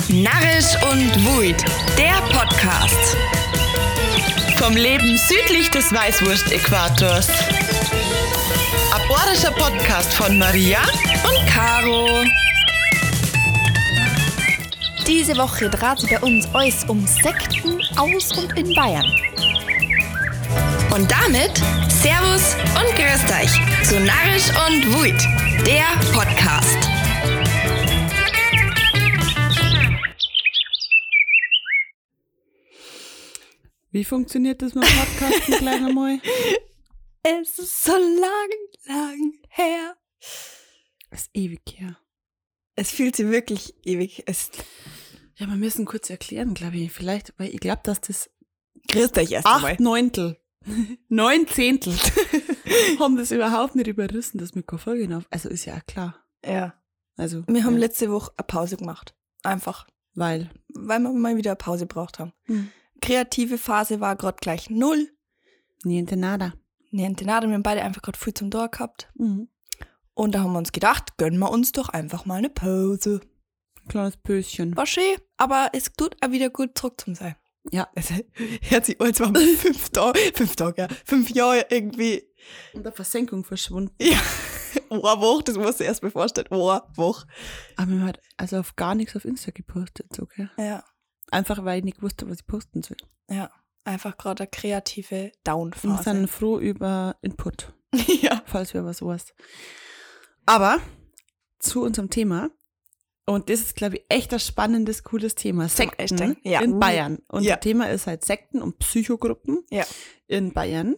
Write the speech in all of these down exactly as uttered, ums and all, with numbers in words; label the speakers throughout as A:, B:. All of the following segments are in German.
A: Narrisch und Wuid, der Podcast. Vom Leben südlich des Weißwurst-Äquators. Aborischer Podcast von Maria und Caro.
B: Diese Woche dreht sich bei uns alles um Sekten aus und in Bayern.
A: Und damit Servus und Grüßt euch zu Narrisch und Wuid, der Podcast.
C: Wie funktioniert das mit dem Podcasten gleich einmal?
B: Es ist so lang, lang her.
C: Das ist ewig her.
B: Es fühlt sich wirklich ewig. Es
C: Ja, wir müssen kurz erklären, glaube ich. Vielleicht, weil ich glaube, dass das
B: grüßt euch erst einmal.
C: acht Neuntel, neun Zehntel haben das überhaupt nicht überrissen, dass wir keine Folge auf. Also ist ja auch klar.
B: Ja.
C: Also,
B: Wir haben
C: ja,
B: letzte Woche eine Pause gemacht. Einfach.
C: weil.
B: Weil wir mal wieder eine Pause braucht haben.
C: Hm.
B: Kreative Phase war gerade gleich null.
C: Niente nada.
B: Niente nada, wir haben beide einfach gerade viel zum Tor gehabt.
C: Mhm.
B: Und da haben wir uns gedacht, gönnen wir uns doch einfach mal eine Pause.
C: Kleines Pöschen.
B: War schön, aber es tut auch wieder gut, zurück zum Sein.
C: Ja.
B: Es hört sich an, als waren wir fünf Tage, fünf Tage, ja, fünf Jahre irgendwie.
C: Und der Versenkung verschwunden.
B: Ja, eine Woche, das musst du erst mal vorstellen, eine Woche.
C: Aber wir haben halt also auf gar nichts auf Insta gepostet, so, gell?
B: Ja,
C: Einfach, weil ich nicht wusste, was ich posten soll.
B: ja, einfach gerade eine kreative
C: Wir
B: Down-Phase.
C: sind froh über Input,
B: Ja.
C: falls wir was weiß. Aber zu unserem Thema. Und das ist, glaube ich, echt ein spannendes, cooles Thema. Sekten
B: echt denken, ja.
C: in Bayern. Und
B: Ja.
C: das Thema ist halt Sekten und Psychogruppen
B: Ja.
C: in Bayern.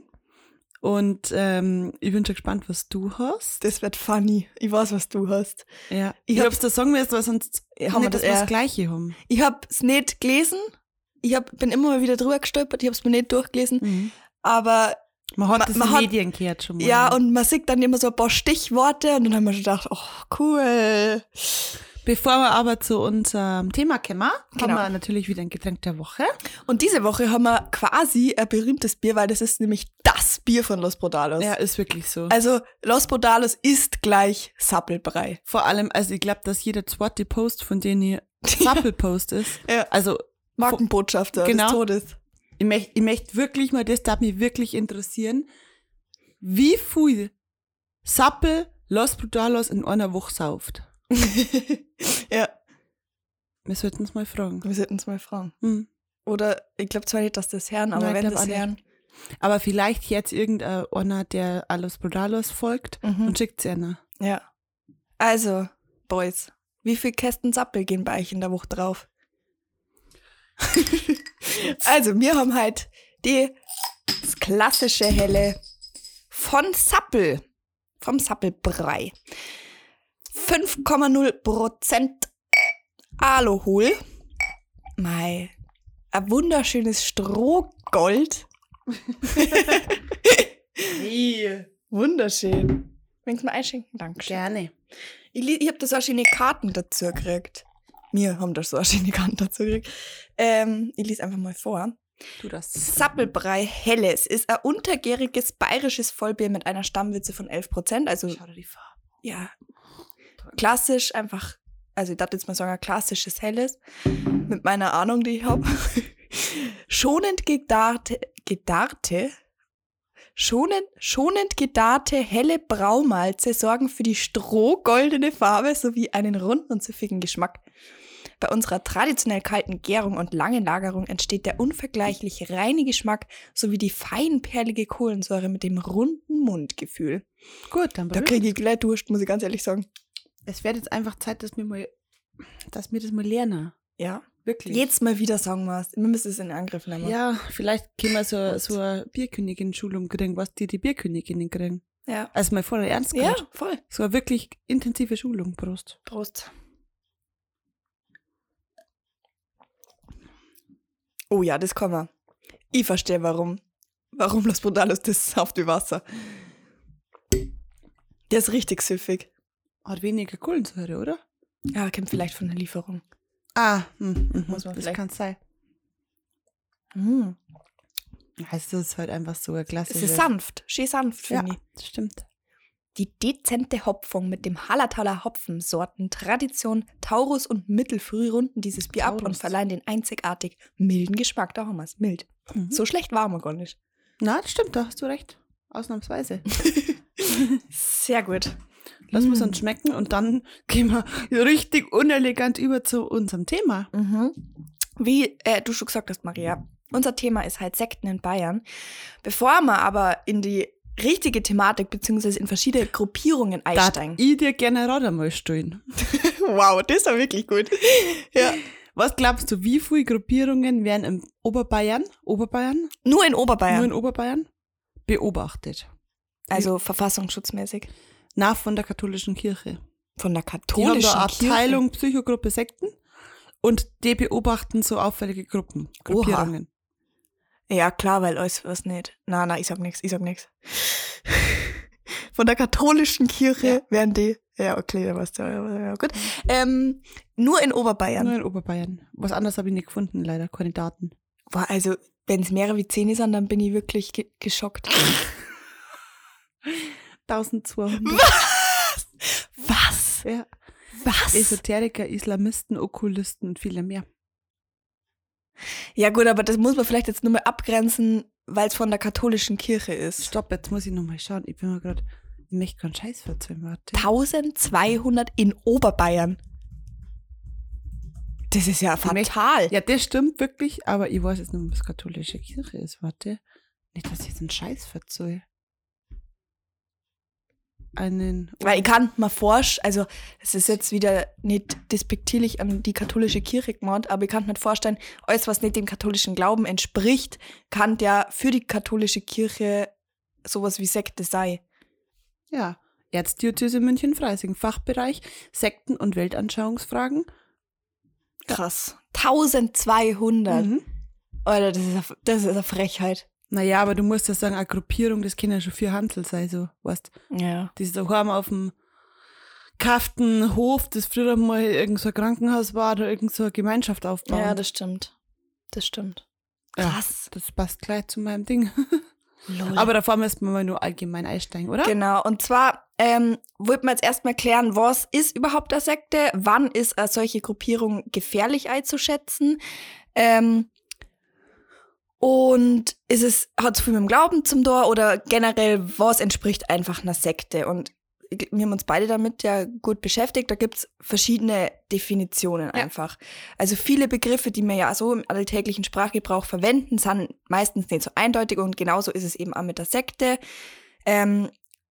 C: Und ähm, ich bin schon gespannt, was du hast.
B: Das wird funny. Ich weiß, was du hast.
C: Ja.
B: Ich
C: Ich
B: hab-
C: hab's da sagen müssen, weil sonst
B: Ja, haben
C: haben
B: wir
C: wir das,
B: das-
C: das
B: ja.
C: Gleiche haben.
B: Ich habe es nicht gelesen. Ich hab, bin immer mal wieder drüber gestolpert. Ich habe es mir nicht durchgelesen.
C: Mhm.
B: Aber
C: Man hat
B: Ma-
C: das
B: man
C: in
B: hat-
C: Medien gehört schon mal.
B: ja, und man sieht dann immer so ein paar Stichworte und dann haben wir schon gedacht, oh, cool.
C: Bevor wir aber zu unserem Thema kommen,
B: Genau.
C: haben wir natürlich wieder ein Getränk der Woche.
B: Und diese Woche haben wir quasi ein berühmtes Bier, weil das ist nämlich das Bier von Los Brodalos.
C: Ja, ist wirklich so.
B: Also Los Brodalos ist gleich Sappelbrei.
C: Vor allem, also ich glaube, dass jeder zweite Post von denen hier Sappelpost ist.
B: Ja.
C: Also
B: Markenbotschafter
C: Genau.
B: des Todes.
C: ich möchte ich möcht wirklich mal, das darf mich wirklich interessieren, wie viel Sappel Los Brutalos in einer Woche sauft.
B: Ja,
C: Wir sollten uns mal fragen.
B: wir sollten es mal fragen.
C: Hm.
B: Oder ich glaube zwar nicht, dass das Herren, aber
C: Nein, ich
B: wenn
C: glaub
B: das
C: auch nicht.
B: Herren.
C: Aber vielleicht jetzt irgendeiner, der a Los Brutalos folgt
B: Mhm.
C: und schickt es einer.
B: Ja. Also, Boys, wie viel Kästen Sappel gehen bei euch in der Woche drauf? Also, wir haben halt die, das klassische Helle von Sappel, vom Sappelbrei. fünf Komma null Prozent Alkohol. Mei, ein wunderschönes Strohgold.
C: Hey.
B: Wunderschön. Willst du mal einschenken? Dankeschön.
C: Gerne.
B: Ich, li- ich habe da so schöne Karten dazu gekriegt. Wir haben da so schöne Karten dazu gekriegt. Ähm, ich lese einfach mal vor.
C: Du das.
B: Sappelbrei Helles ist ein untergäriges bayerisches Vollbier mit einer Stammwürze von elf Prozent. Also,
C: Schau dir die Farbe.
B: ja, klassisch einfach, also ich dachte jetzt mal sagen, ein klassisches Helles. Mit meiner Ahnung, die ich habe. Schonend gedarte, gedarte, schonend, schonend gedarte helle Braumalze sorgen für die strohgoldene Farbe sowie einen runden und süffigen Geschmack. Bei unserer traditionell kalten Gärung und langen Lagerung entsteht der unvergleichlich reine Geschmack sowie die feinperlige Kohlensäure mit dem runden Mundgefühl.
C: Gut, dann
B: Da kriege ich gleich Durst, muss ich ganz ehrlich sagen.
C: Es wird jetzt einfach Zeit, dass wir mal, dass wir das mal lernen.
B: Ja.
C: Wirklich.
B: Jetzt mal wieder sagen wir es. Wir müssen es in Angriff nehmen.
C: Ja, vielleicht können wir so, so eine Bierkönigin-Schulung kriegen, was die die Bierköniginnen kriegen.
B: Ja.
C: Also mal voll ernst
B: Ja,
C: gemeint.
B: voll.
C: So eine wirklich intensive Schulung, Prost.
B: Prost. Oh ja, das kann man. Ich verstehe, warum. Warum Los Brodalos das sauft wie Wasser. Der ist richtig süffig.
C: Hat weniger Kohlensäure, oder?
B: Ja, kommt vielleicht von der Lieferung.
C: Ah, hm, mhm,
B: Muss man
C: das
B: vielleicht-
C: kann sein.
B: Mm.
C: Also das ist halt einfach so eine
B: Es
C: klassische...
B: ist sanft. Schön sanft,
C: Ja,
B: finde ich.
C: das stimmt.
B: Die dezente Hopfung mit dem Hallertaler Hopfensorten Tradition, Taurus und Mittelfrüh runden dieses Bier ab
C: Taurus.
B: und verleihen den einzigartig milden Geschmack. Da haben wir es, mild.
C: Mhm.
B: So schlecht war man gar nicht.
C: Na, das stimmt, da hast du recht. Ausnahmsweise.
B: Sehr gut.
C: Lass
B: Mm.
C: uns uns schmecken und dann gehen wir richtig unelegant über zu unserem Thema.
B: Mhm. Wie äh, du schon gesagt hast, Maria, unser Thema ist halt Sekten in Bayern. Bevor wir aber in die richtige Thematik beziehungsweise in verschiedene Gruppierungen
C: Darf
B: einsteigen.
C: ich dir gerne Rat einmal stellen.
B: Wow, das war wirklich gut. Ja.
C: Was glaubst du, wie viele Gruppierungen werden in Oberbayern, Oberbayern,
B: Nur in Oberbayern,
C: nur in Oberbayern, beobachtet?
B: also verfassungsschutzmäßig.
C: Na, von der katholischen Kirche.
B: Von der
C: Die haben
B: katholischen
C: da eine
B: Kirche.
C: Abteilung Psychogruppe Sekten und die beobachten so auffällige Gruppen, Gruppierungen.
B: Ja, klar, weil alles was nicht. Na, na, ich sag nichts, ich sag nichts. Von der katholischen Kirche
C: Ja.
B: werden die. Ja, okay, da warst du. Ja, gut. Ähm, nur in Oberbayern.
C: Nur in Oberbayern. Was anderes habe ich nicht gefunden, leider, keine Daten.
B: Boah, also, wenn es mehrere wie zehn sind, dann bin ich wirklich ge geschockt.
C: eintausendzweihundert.
B: Was?
C: Ja.
B: Was?
C: Esoteriker, Islamisten, Okkulisten und viele mehr.
B: Ja gut, aber das muss man vielleicht jetzt nur mal abgrenzen, weil es von der katholischen Kirche ist.
C: Stopp, jetzt muss ich nochmal schauen. Ich bin mal gerade, ich möchte keinen Scheiß erzählen, warte.
B: eintausendzweihundert in Oberbayern. Das ist ja fatal.
C: Ja, das stimmt wirklich, aber ich weiß jetzt nicht, was katholische Kirche ist. Warte. Nicht, dass ich jetzt einen Scheiß verzeihe. Einen.
B: Weil ich kann mir vorstellen, also es ist jetzt wieder nicht despektierlich an die katholische Kirche gemeint, aber ich kann mir vorstellen, alles, was nicht dem katholischen Glauben entspricht, kann ja für die katholische Kirche sowas wie Sekte sein.
C: Ja. Erzdiözese München-Freising, Fachbereich Sekten- und Weltanschauungsfragen.
B: Krass. eintausendzweihundert.
C: Mhm.
B: Alter, das ist, eine, das ist eine Frechheit.
C: Naja, aber du musst ja sagen, eine Gruppierung, das können ja schon vier Hansel sein, so, weißt
B: Ja.
C: die daheim auf dem kafften Hof, das früher mal irgend so ein Krankenhaus war oder irgend so eine Gemeinschaft aufbauen.
B: Ja, das stimmt. Das stimmt.
C: Ja,
B: Krass.
C: das passt gleich zu meinem Ding.
B: Lol.
C: Aber davor müssen wir mal nur allgemein einsteigen, oder?
B: Genau, und zwar ähm, wollten wir jetzt erstmal klären, was ist überhaupt eine Sekte, wann ist eine solche Gruppierung gefährlich einzuschätzen ähm, und ist es, hat es viel mit dem Glauben zum Tor oder generell, was entspricht einfach einer Sekte? Und wir haben uns beide damit ja gut beschäftigt, da gibt es verschiedene Definitionen
C: Ja.
B: einfach. Also viele Begriffe, die wir ja so im alltäglichen Sprachgebrauch verwenden, sind meistens nicht so eindeutig und genauso ist es eben auch mit der Sekte. Ähm,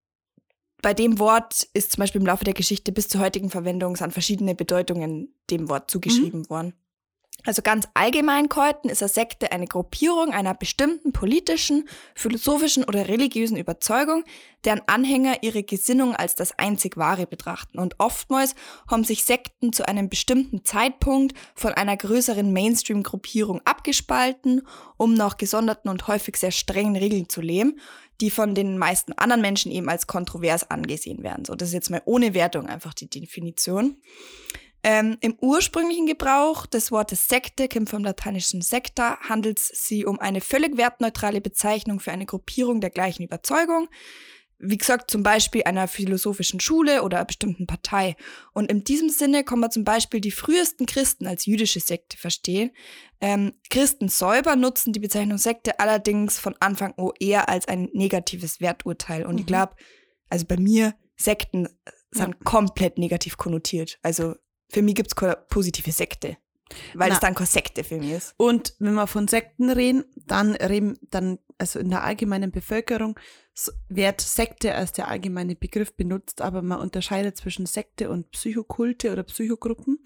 B: bei dem Wort ist zum Beispiel im Laufe der Geschichte bis zur heutigen Verwendung sind verschiedene Bedeutungen dem Wort zugeschrieben
C: Mhm.
B: worden. Also ganz allgemein gehalten ist eine Sekte eine Gruppierung einer bestimmten politischen, philosophischen oder religiösen Überzeugung, deren Anhänger ihre Gesinnung als das einzig Wahre betrachten. Und oftmals haben sich Sekten zu einem bestimmten Zeitpunkt von einer größeren Mainstream-Gruppierung abgespalten, um nach gesonderten und häufig sehr strengen Regeln zu leben, die von den meisten anderen Menschen eben als kontrovers angesehen werden. So, das ist jetzt mal ohne Wertung einfach die Definition. Ähm, Im ursprünglichen Gebrauch des Wortes Sekte, kommt vom lateinischen secta, handelt es sich um eine völlig wertneutrale Bezeichnung für eine Gruppierung der gleichen Überzeugung. Wie gesagt, zum Beispiel einer philosophischen Schule oder einer bestimmten Partei. Und in diesem Sinne kann man zum Beispiel die frühesten Christen als jüdische Sekte verstehen. Ähm, Christen selber nutzen die Bezeichnung Sekte allerdings von Anfang an eher als ein negatives Werturteil. Und
C: Mhm.
B: ich glaube, also bei mir, Sekten sind komplett negativ konnotiert. Also für mich gibt es keine positive Sekte, weil
C: Na.
B: es dann keine Sekte für mich ist.
C: Und wenn wir von Sekten reden, dann reden, dann, also in der allgemeinen Bevölkerung s- wird Sekte als der allgemeine Begriff benutzt, aber man unterscheidet zwischen Sekte und Psychokulte oder Psychogruppen.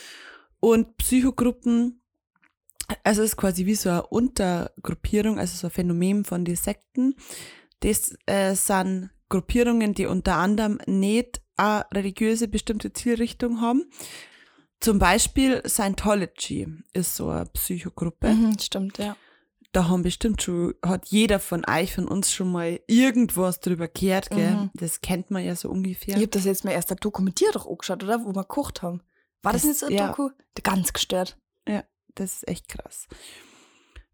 C: Und Psychogruppen, also es ist quasi wie so eine Untergruppierung, also so ein Phänomen von den Sekten. Das äh, sind Gruppierungen, die unter anderem nicht eine religiöse bestimmte Zielrichtung haben. Zum Beispiel Scientology ist so eine Psychogruppe.
B: Mhm, stimmt, ja.
C: Da haben bestimmt schon, hat jeder von euch, von uns schon mal irgendwas drüber gehört, gell?
B: Mhm.
C: Das kennt man ja so ungefähr.
B: Ich habe das jetzt mal erst dokumentiert doch angeschaut, oder? Wo wir gekocht haben. War das,
C: Das-
B: nicht so ein
C: ja.
B: Doku? Ganz gestört.
C: Ja, das ist echt krass.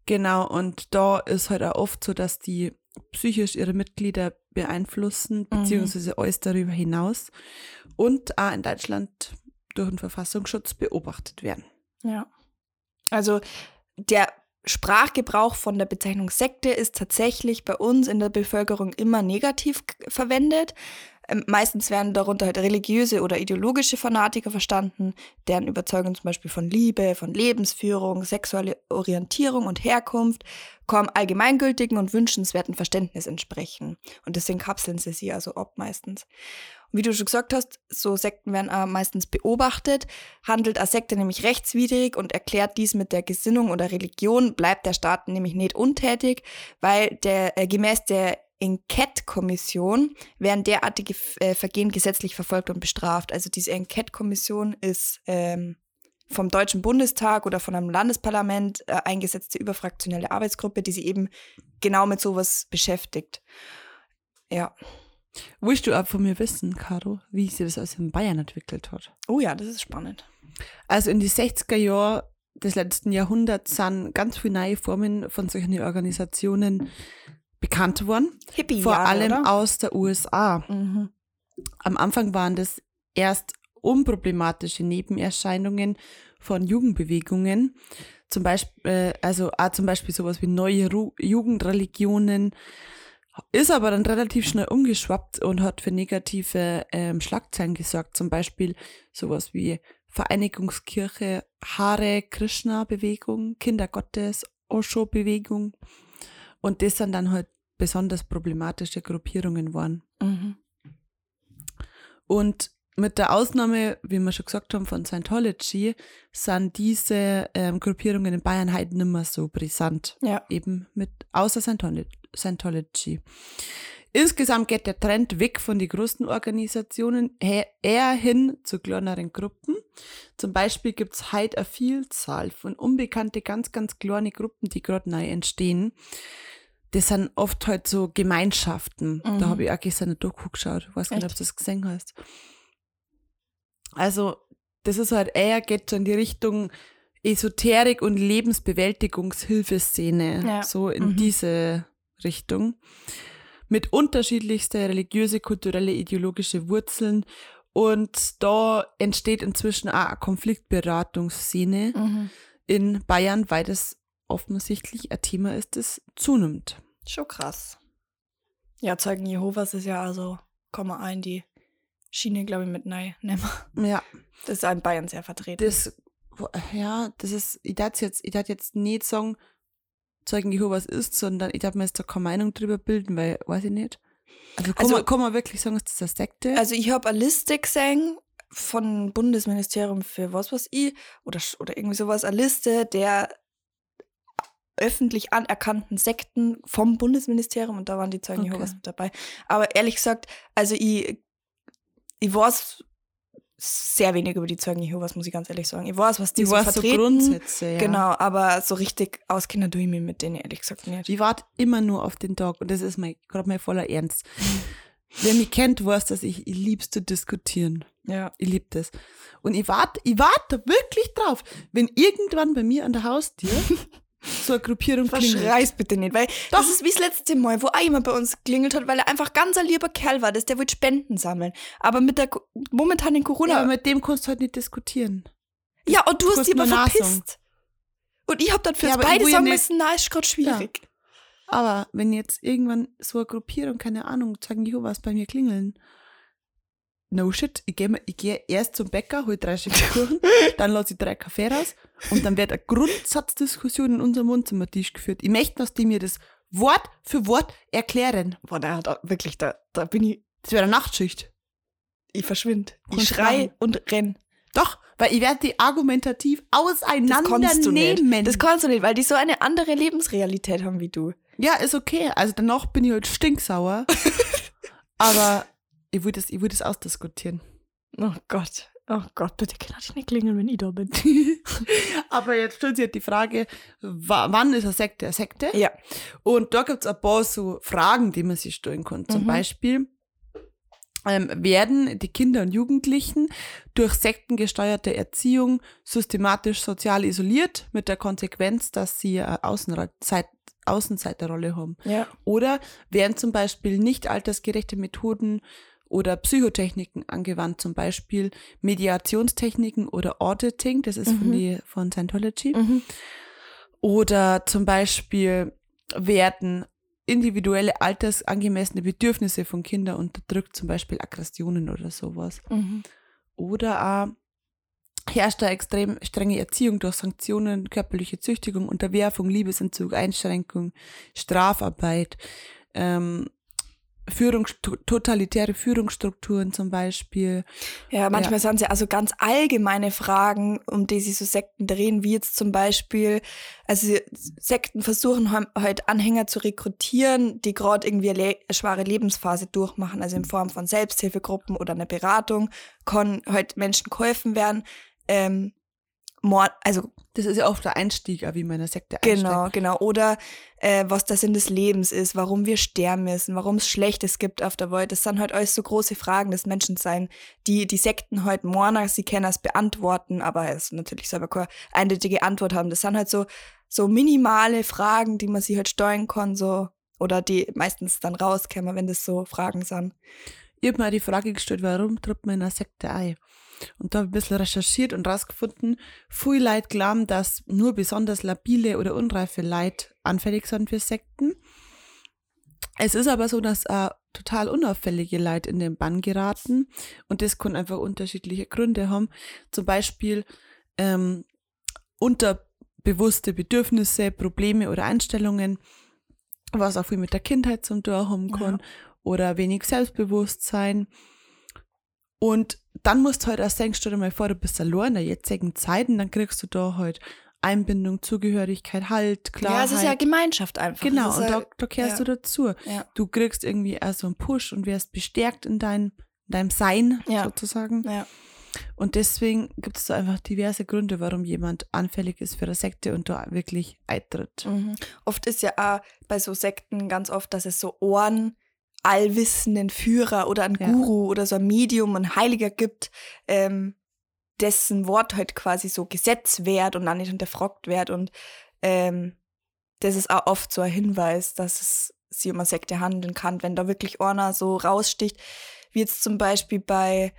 C: Genau, und da ist halt auch oft so, dass die psychisch ihre Mitglieder beeinflussen, beziehungsweise alles darüber hinaus und auch in Deutschland durch den Verfassungsschutz beobachtet werden.
B: Ja. Also der Sprachgebrauch von der Bezeichnung Sekte ist tatsächlich bei uns in der Bevölkerung immer negativ k- verwendet. Ähm, meistens werden darunter halt religiöse oder ideologische Fanatiker verstanden, deren Überzeugung zum Beispiel von Liebe, von Lebensführung, sexuelle Orientierung und Herkunft kaum allgemeingültigen und wünschenswerten Verständnis entsprechen. Und deswegen kapseln sie sie also ab meistens. Und wie du schon gesagt hast, so Sekten werden auch meistens beobachtet, handelt eine Sekte nämlich rechtswidrig und erklärt dies mit der Gesinnung oder Religion, bleibt der Staat nämlich nicht untätig, weil der äh, gemäß der Enquete-Kommission werden derartige äh, Vergehen gesetzlich verfolgt und bestraft. Also diese Enquete-Kommission ist ähm, vom Deutschen Bundestag oder von einem Landesparlament äh, eingesetzte überfraktionelle Arbeitsgruppe, die sich eben genau mit sowas beschäftigt. Ja.
C: Willst du auch von mir wissen, Caro, wie sich das alles in Bayern entwickelt hat?
B: Oh ja, das ist spannend.
C: Also in die sechziger Jahre des letzten Jahrhunderts sind ganz viele neue Formen von solchen Organisationen bekannt worden.
B: Hippie-Jahre,
C: vor allem
B: oder?
C: aus der U S A.
B: Mhm.
C: Am Anfang waren das erst unproblematische Nebenerscheinungen von Jugendbewegungen. Zum Beispiel, äh, also auch zum Beispiel sowas wie neue Ru- Jugendreligionen, ist aber dann relativ schnell umgeschwappt und hat für negative ähm, Schlagzeilen gesorgt. Zum Beispiel sowas wie Vereinigungskirche, Hare Krishna Bewegung, Kindergottes, Osho Bewegung. Und das sind dann halt besonders problematische Gruppierungen waren.
B: Mhm.
C: Und mit der Ausnahme, wie wir schon gesagt haben, von Scientology, sind diese ähm, Gruppierungen in Bayern halt nicht mehr so brisant.
B: Ja.
C: Eben mit, außer Scientolo- Scientology. Insgesamt geht der Trend weg von den großen Organisationen he- eher hin zu kleineren Gruppen. Zum Beispiel gibt es heute eine Vielzahl von unbekannte, ganz, ganz kleine Gruppen, die gerade neu entstehen. Das sind oft halt so Gemeinschaften.
B: Mhm.
C: Da habe ich auch gestern eine Doku geschaut. Ich weiß nicht,
B: Echt?
C: ob du das gesehen hast. Also, das ist halt eher, geht so in die Richtung Esoterik und Lebensbewältigungshilfeszene.
B: Ja.
C: So in
B: Mhm.
C: diese Richtung. Mit unterschiedlichste religiöse, kulturelle, ideologische Wurzeln. Und da entsteht inzwischen auch eine Konfliktberatungsszene
B: Mhm.
C: in Bayern, weil das offensichtlich ein Thema ist, das zunimmt.
B: Schon krass. Ja, Zeugen Jehovas ist ja also, komm mal ein, die Schiene, glaube ich, mit nein nehmen.
C: Ja,
B: Das ist auch in Bayern sehr vertreten.
C: das, ja, das ist, ich darf jetzt, ich darf jetzt nicht sagen, Zeugen Jehovas ist, sondern ich darf mir jetzt da keine Meinung drüber bilden, weil, weiß ich nicht. Also kann,
B: Also-
C: man, kann man wirklich sagen, ist das eine Sekte?
B: Also ich habe eine Liste gesehen von Bundesministerium für was weiß ich oder, oder irgendwie sowas, eine Liste der öffentlich anerkannten Sekten vom Bundesministerium und da waren die Zeugen
C: Okay.
B: Jehovas mit dabei. Aber ehrlich gesagt, also ich, ich weiß sehr wenig über die Zeugen Jehovas, muss ich ganz ehrlich sagen. Ich weiß, was die
C: ich
B: so
C: weiß so
B: vertreten.
C: Grundsätze, ja.
B: Genau, aber so richtig auskennen tue ich mich mit denen ehrlich gesagt nicht.
C: Ich warte immer nur auf den Tag und das ist mein, gerade mein voller Ernst. Wer mich kennt, weiß, dass ich, ich lieb's zu diskutieren.
B: Ja.
C: Ich lieb das. Und ich warte, ich warte wirklich drauf, wenn irgendwann bei mir an der Haustür so eine Gruppierung klingelt.
B: Verschrei's bitte nicht, weil
C: Doch.
B: das ist wie das letzte Mal, wo auch jemand bei uns geklingelt hat, weil er einfach ganz ein lieber Kerl war, das, der wollte Spenden sammeln. Aber mit der ko- momentanen
C: Ja,
B: Corona...
C: aber mit dem kannst du halt nicht diskutieren.
B: Ja, und du hast
C: kannst
B: dich aber
C: nur Nein
B: verpisst. Und ich hab dann für
C: Ja,
B: uns
C: aber ich
B: beide
C: will ja
B: sagen
C: nicht-
B: müssen, na, ist gerade schwierig.
C: Aber wenn jetzt irgendwann so eine Gruppierung, keine Ahnung, Zeugen Jehovas bei mir klingeln, no shit, ich gehe ich geh erst zum Bäcker, hol drei Stück Kuchen, dann lasse ich drei Kaffee raus und dann wird eine Grundsatzdiskussion in unserem Wohnzimmertisch geführt. Ich möchte, dass die mir das Wort für Wort erklären.
B: Boah, da hat wirklich, da, da bin ich,
C: Das wäre eine Nachtschicht.
B: ich verschwind. Ich
C: Kannst
B: schrei
C: machen.
B: und renn.
C: Doch, weil ich werde die argumentativ
B: Das
C: auseinandernehmen.
B: kannst du nicht. Das kannst du nicht, weil die so eine andere Lebensrealität haben wie du.
C: Ja, ist okay. Also danach bin ich halt stinksauer. Aber ich will das, ich will das ausdiskutieren.
B: Oh Gott. Oh Gott, bitte kann ich nicht klingeln, wenn ich da bin.
C: Aber jetzt stellt sich halt die Frage, wa- wann ist eine Sekte eine Sekte?
B: Ja.
C: Und da gibt es ein paar so Fragen, die man sich stellen kann. Zum
B: Mhm.
C: Beispiel, ähm, werden die Kinder und Jugendlichen durch sektengesteuerte Erziehung systematisch sozial isoliert, mit der Konsequenz, dass sie eine Außenreit- Außenseiterrolle haben.
B: Ja.
C: Oder werden zum Beispiel nicht altersgerechte Methoden oder Psychotechniken angewandt, zum Beispiel Mediationstechniken oder Auditing, das ist
B: Mhm.
C: von, die, von Scientology.
B: Mhm.
C: Oder zum Beispiel werden individuelle altersangemessene Bedürfnisse von Kindern unterdrückt, zum Beispiel Aggressionen oder sowas.
B: Mhm.
C: Oder auch herrscht eine extrem strenge Erziehung durch Sanktionen, körperliche Züchtigung, Unterwerfung, Liebesentzug, Einschränkung, Strafarbeit, ähm, Führung, totalitäre Führungsstrukturen zum Beispiel.
B: Ja, manchmal sind es ja also ganz allgemeine Fragen, um die sich so Sekten drehen, wie jetzt zum Beispiel, also Sekten versuchen halt Anhänger zu rekrutieren, die gerade irgendwie eine, le- eine schwere Lebensphase durchmachen, also in Form von Selbsthilfegruppen oder einer Beratung, kann halt Menschen geholfen werden. Ähm, Mord, also
C: Das ist ja oft der Einstieg, auch wie man in einer Sekte einsteigt.
B: genau, genau. Oder äh, was der Sinn des Lebens ist, warum wir sterben müssen, warum es Schlechtes gibt auf der Welt. Das sind halt alles so große Fragen des Menschenseins, die die Sekten halt morgen, sie können es beantworten, aber es natürlich selber keine eindeutige Antwort haben. Das sind halt so, so minimale Fragen, die man sich halt steuern kann, so, oder die meistens dann rauskommen, wenn das so Fragen sind.
C: Ich habe mir die Frage gestellt, warum tritt man in eine Sekte ein? Und da habe ich ein bisschen recherchiert und rausgefunden, viele Leute glauben, dass nur besonders labile oder unreife Leute anfällig sind für Sekten. Es ist aber so, dass auch total unauffällige Leute in den Bann geraten und das kann einfach unterschiedliche Gründe haben. Zum Beispiel ähm, unterbewusste Bedürfnisse, Probleme oder Einstellungen, was auch viel mit der Kindheit zum tun haben kann,
B: Ja.
C: oder wenig Selbstbewusstsein. Und dann musst du halt auch sagen, stell dir mal vor, du bist allein in der jetzigen Zeit und dann kriegst du da halt Einbindung, Zugehörigkeit, Halt, Klarheit.
B: Ja, es ist ja Gemeinschaft einfach.
C: Genau,
B: Es ist
C: und
B: ja,
C: da, da gehörst
B: ja.
C: du dazu.
B: Ja.
C: Du kriegst irgendwie auch so einen Push und wirst bestärkt in dein, deinem Sein
B: Ja.
C: sozusagen.
B: Ja.
C: Und deswegen gibt es da einfach diverse Gründe, warum jemand anfällig ist für eine Sekte und da wirklich eintritt.
B: Mhm. Oft ist ja auch bei so Sekten ganz oft, dass es so Ohren allwissenden Führer oder ein
C: Ja.
B: Guru oder so ein Medium, ein Heiliger gibt, ähm, dessen Wort halt quasi so Gesetz wird und dann nicht hinterfragt wird. Und ähm, das ist auch oft so ein Hinweis, dass es sich um eine Sekte handeln kann, wenn da wirklich einer so raussticht, wie jetzt zum Beispiel bei,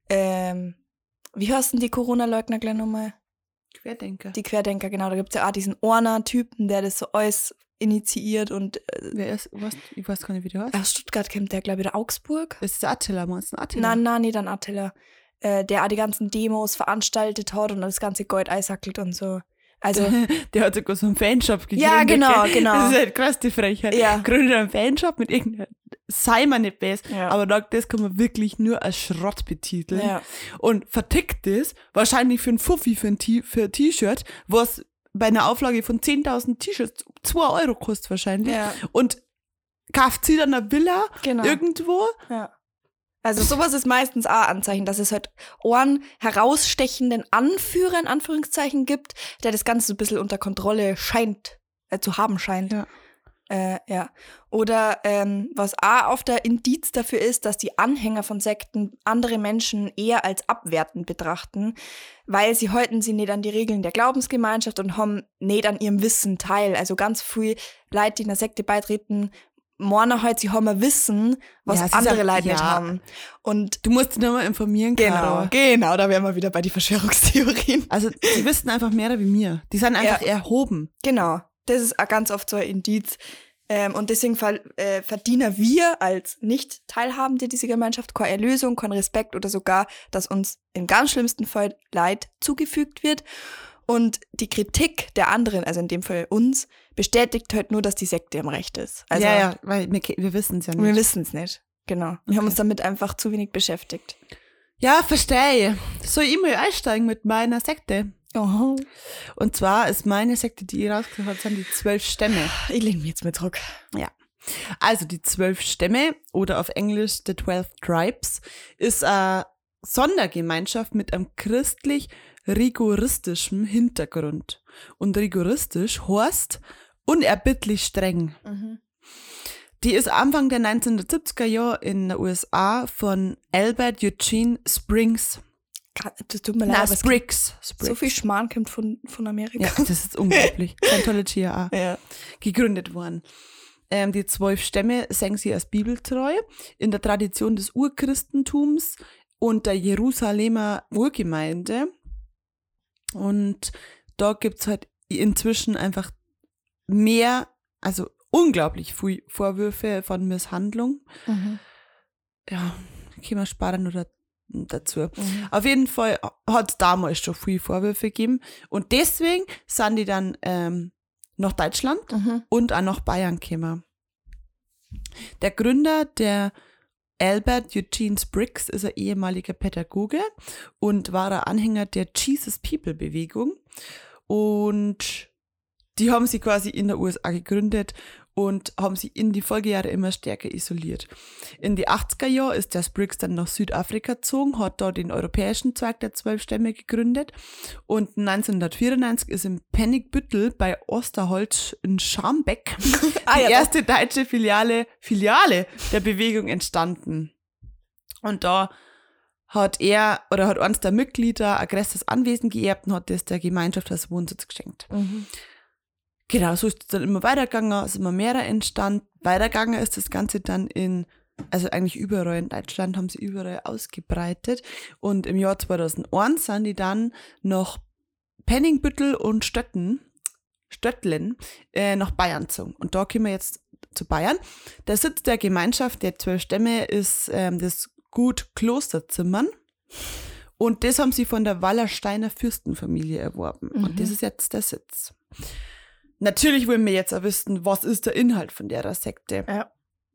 B: ähm, wie heißen die Corona-Leugner gleich nochmal?
C: Querdenker.
B: Die Querdenker, genau. Da gibt es ja auch diesen Orner-Typen, der das so alles initiiert und äh,
C: Wer ist, was, ich weiß gar nicht, wie du heißt.
B: aus Stuttgart kommt der, glaube ich, oder Augsburg.
C: Das ist der Attila, meinst du einen Attila?
B: Nein, nein, nicht dann Attila. Äh, der auch die ganzen Demos veranstaltet hat und das ganze Gold einsackelt und so. Also,
C: Der hat sogar so einen Fanshop gegründet.
B: Ja, genau,
C: gell?
B: genau.
C: Das ist halt krass, die Frechheit.
B: Ja.
C: Gründet einen Fanshop mit irgendeiner, sei mir nicht besser,
B: Ja.
C: aber da, das kann man wirklich nur als Schrott betiteln.
B: ja.
C: Und vertickt das wahrscheinlich für ein Fuffi für ein T- für ein T-Shirt, was bei einer Auflage von zehntausend T-Shirts zwei Euro kostet wahrscheinlich.
B: Ja,
C: Und kauft sie dann eine Villa
B: genau.
C: irgendwo.
B: Ja. Also sowas ist meistens auch ein Anzeichen, dass es halt einen herausstechenden Anführer in Anführungszeichen gibt, der das Ganze so ein bisschen unter Kontrolle scheint, äh, zu haben scheint.
C: Ja.
B: Äh, ja. Oder ähm, was auch oft der Indiz dafür ist, dass die Anhänger von Sekten andere Menschen eher als abwertend betrachten, weil sie halten sie nicht an die Regeln der Glaubensgemeinschaft und haben nicht an ihrem Wissen teil. Also ganz viele Leute, die einer Sekte beitreten, meinen halt, sie haben ein Wissen, was
C: Ja, es ist
B: andere
C: auch-
B: Leute nicht
C: ja.
B: haben. Und
C: Du musst dich nochmal informieren,
B: genau,
C: Caro.
B: genau, da wären wir wieder bei den Verschwörungstheorien.
C: Also, die wissen einfach mehr wie mir. Die sind einfach
B: Ja.
C: erhoben.
B: Genau, das ist auch ganz oft so ein Indiz. Ähm, und deswegen ver äh, verdienen wir als Nicht-Teilhabende dieser Gemeinschaft keine Erlösung, keinen Respekt oder sogar, dass uns im ganz schlimmsten Fall Leid zugefügt wird. Und die Kritik der anderen, also in dem Fall uns, bestätigt halt nur, dass die Sekte im Recht ist. Also
C: ja, ja, weil wir, wir wissen es ja
B: wir
C: nicht.
B: wissen es nicht. Genau. Wir haben uns damit einfach zu wenig beschäftigt.
C: Ja, verstehe. Soll ich mal einsteigen mit meiner Sekte?
B: Oh.
C: Und zwar ist meine Sekte, die ich rausgesucht habe, sind die zwölf Stämme.
B: Ich lehne mich jetzt mit zurück.
C: Also die zwölf Stämme oder auf Englisch The Twelve Tribes ist eine Sondergemeinschaft mit einem christlich-rigoristischen Hintergrund. Und rigoristisch heißt unerbittlich streng.
B: Mhm.
C: Die ist Anfang der neunzehnhundertsiebziger Jahre in den U S A von Albert Eugene Spriggs.
B: Das tut mir leid,
C: Na,
B: aber es
C: Spriggs.
B: gibt-
C: Spriggs.
B: so viel Schmarrn kommt von, von Amerika.
C: Ja, das ist unglaublich. Scientology ja auch.
B: Ja.
C: Gegründet worden. Ähm, die zwölf Stämme sehen sie als bibeltreu in der Tradition des Urchristentums und der Jerusalemer Urgemeinde. Und da gibt es halt inzwischen einfach mehr, also unglaublich viele Vorwürfe von Misshandlung.
B: Mhm.
C: Ja, können wir sparen oder dazu.
B: Mhm.
C: Auf jeden Fall hat es damals schon viele Vorwürfe gegeben. Und deswegen sind die dann ähm, nach Deutschland
B: Mhm.
C: und auch nach Bayern gekommen. Der Gründer, der Albert Eugene Spriggs, ist ein ehemaliger Pädagoge und war ein Anhänger der Jesus People Bewegung. Und die haben sie quasi in der U S A gegründet und haben sie in die Folgejahre immer stärker isoliert. In die achtziger Jahre ist der Spriggs dann nach Südafrika gezogen, hat da den europäischen Zweig der zwölf Stämme gegründet und neunzehnhundertvierundneunzig ist in Penigbüttel bei Osterholz in Scharmbeck
B: Ah,
C: die
B: ja,
C: erste deutsche Filiale, Filiale der Bewegung entstanden. Und da hat er oder hat eines der Mitglieder ein größeres Anwesen geerbt und hat das der Gemeinschaft als Wohnsitz geschenkt.
B: Mhm.
C: Genau, so ist es dann immer weitergegangen, ist immer mehr entstanden. Weitergegangen ist das Ganze dann in, also eigentlich überall in Deutschland haben sie überall ausgebreitet. Und im Jahr zweitausendeins sind die dann nach Penningbüttel und Stötten, Stöttlen äh, nach Bayern gezogen. Und da kommen wir jetzt zu Bayern. Der Sitz der Gemeinschaft der zwölf Stämme ist ähm, das Gut Klosterzimmern. Und das haben sie von der Wallersteiner Fürstenfamilie erworben.
B: Mhm.
C: Und das ist jetzt der Sitz. Natürlich wollen wir jetzt auch wissen, was ist der Inhalt von der Sekte.
B: Ja.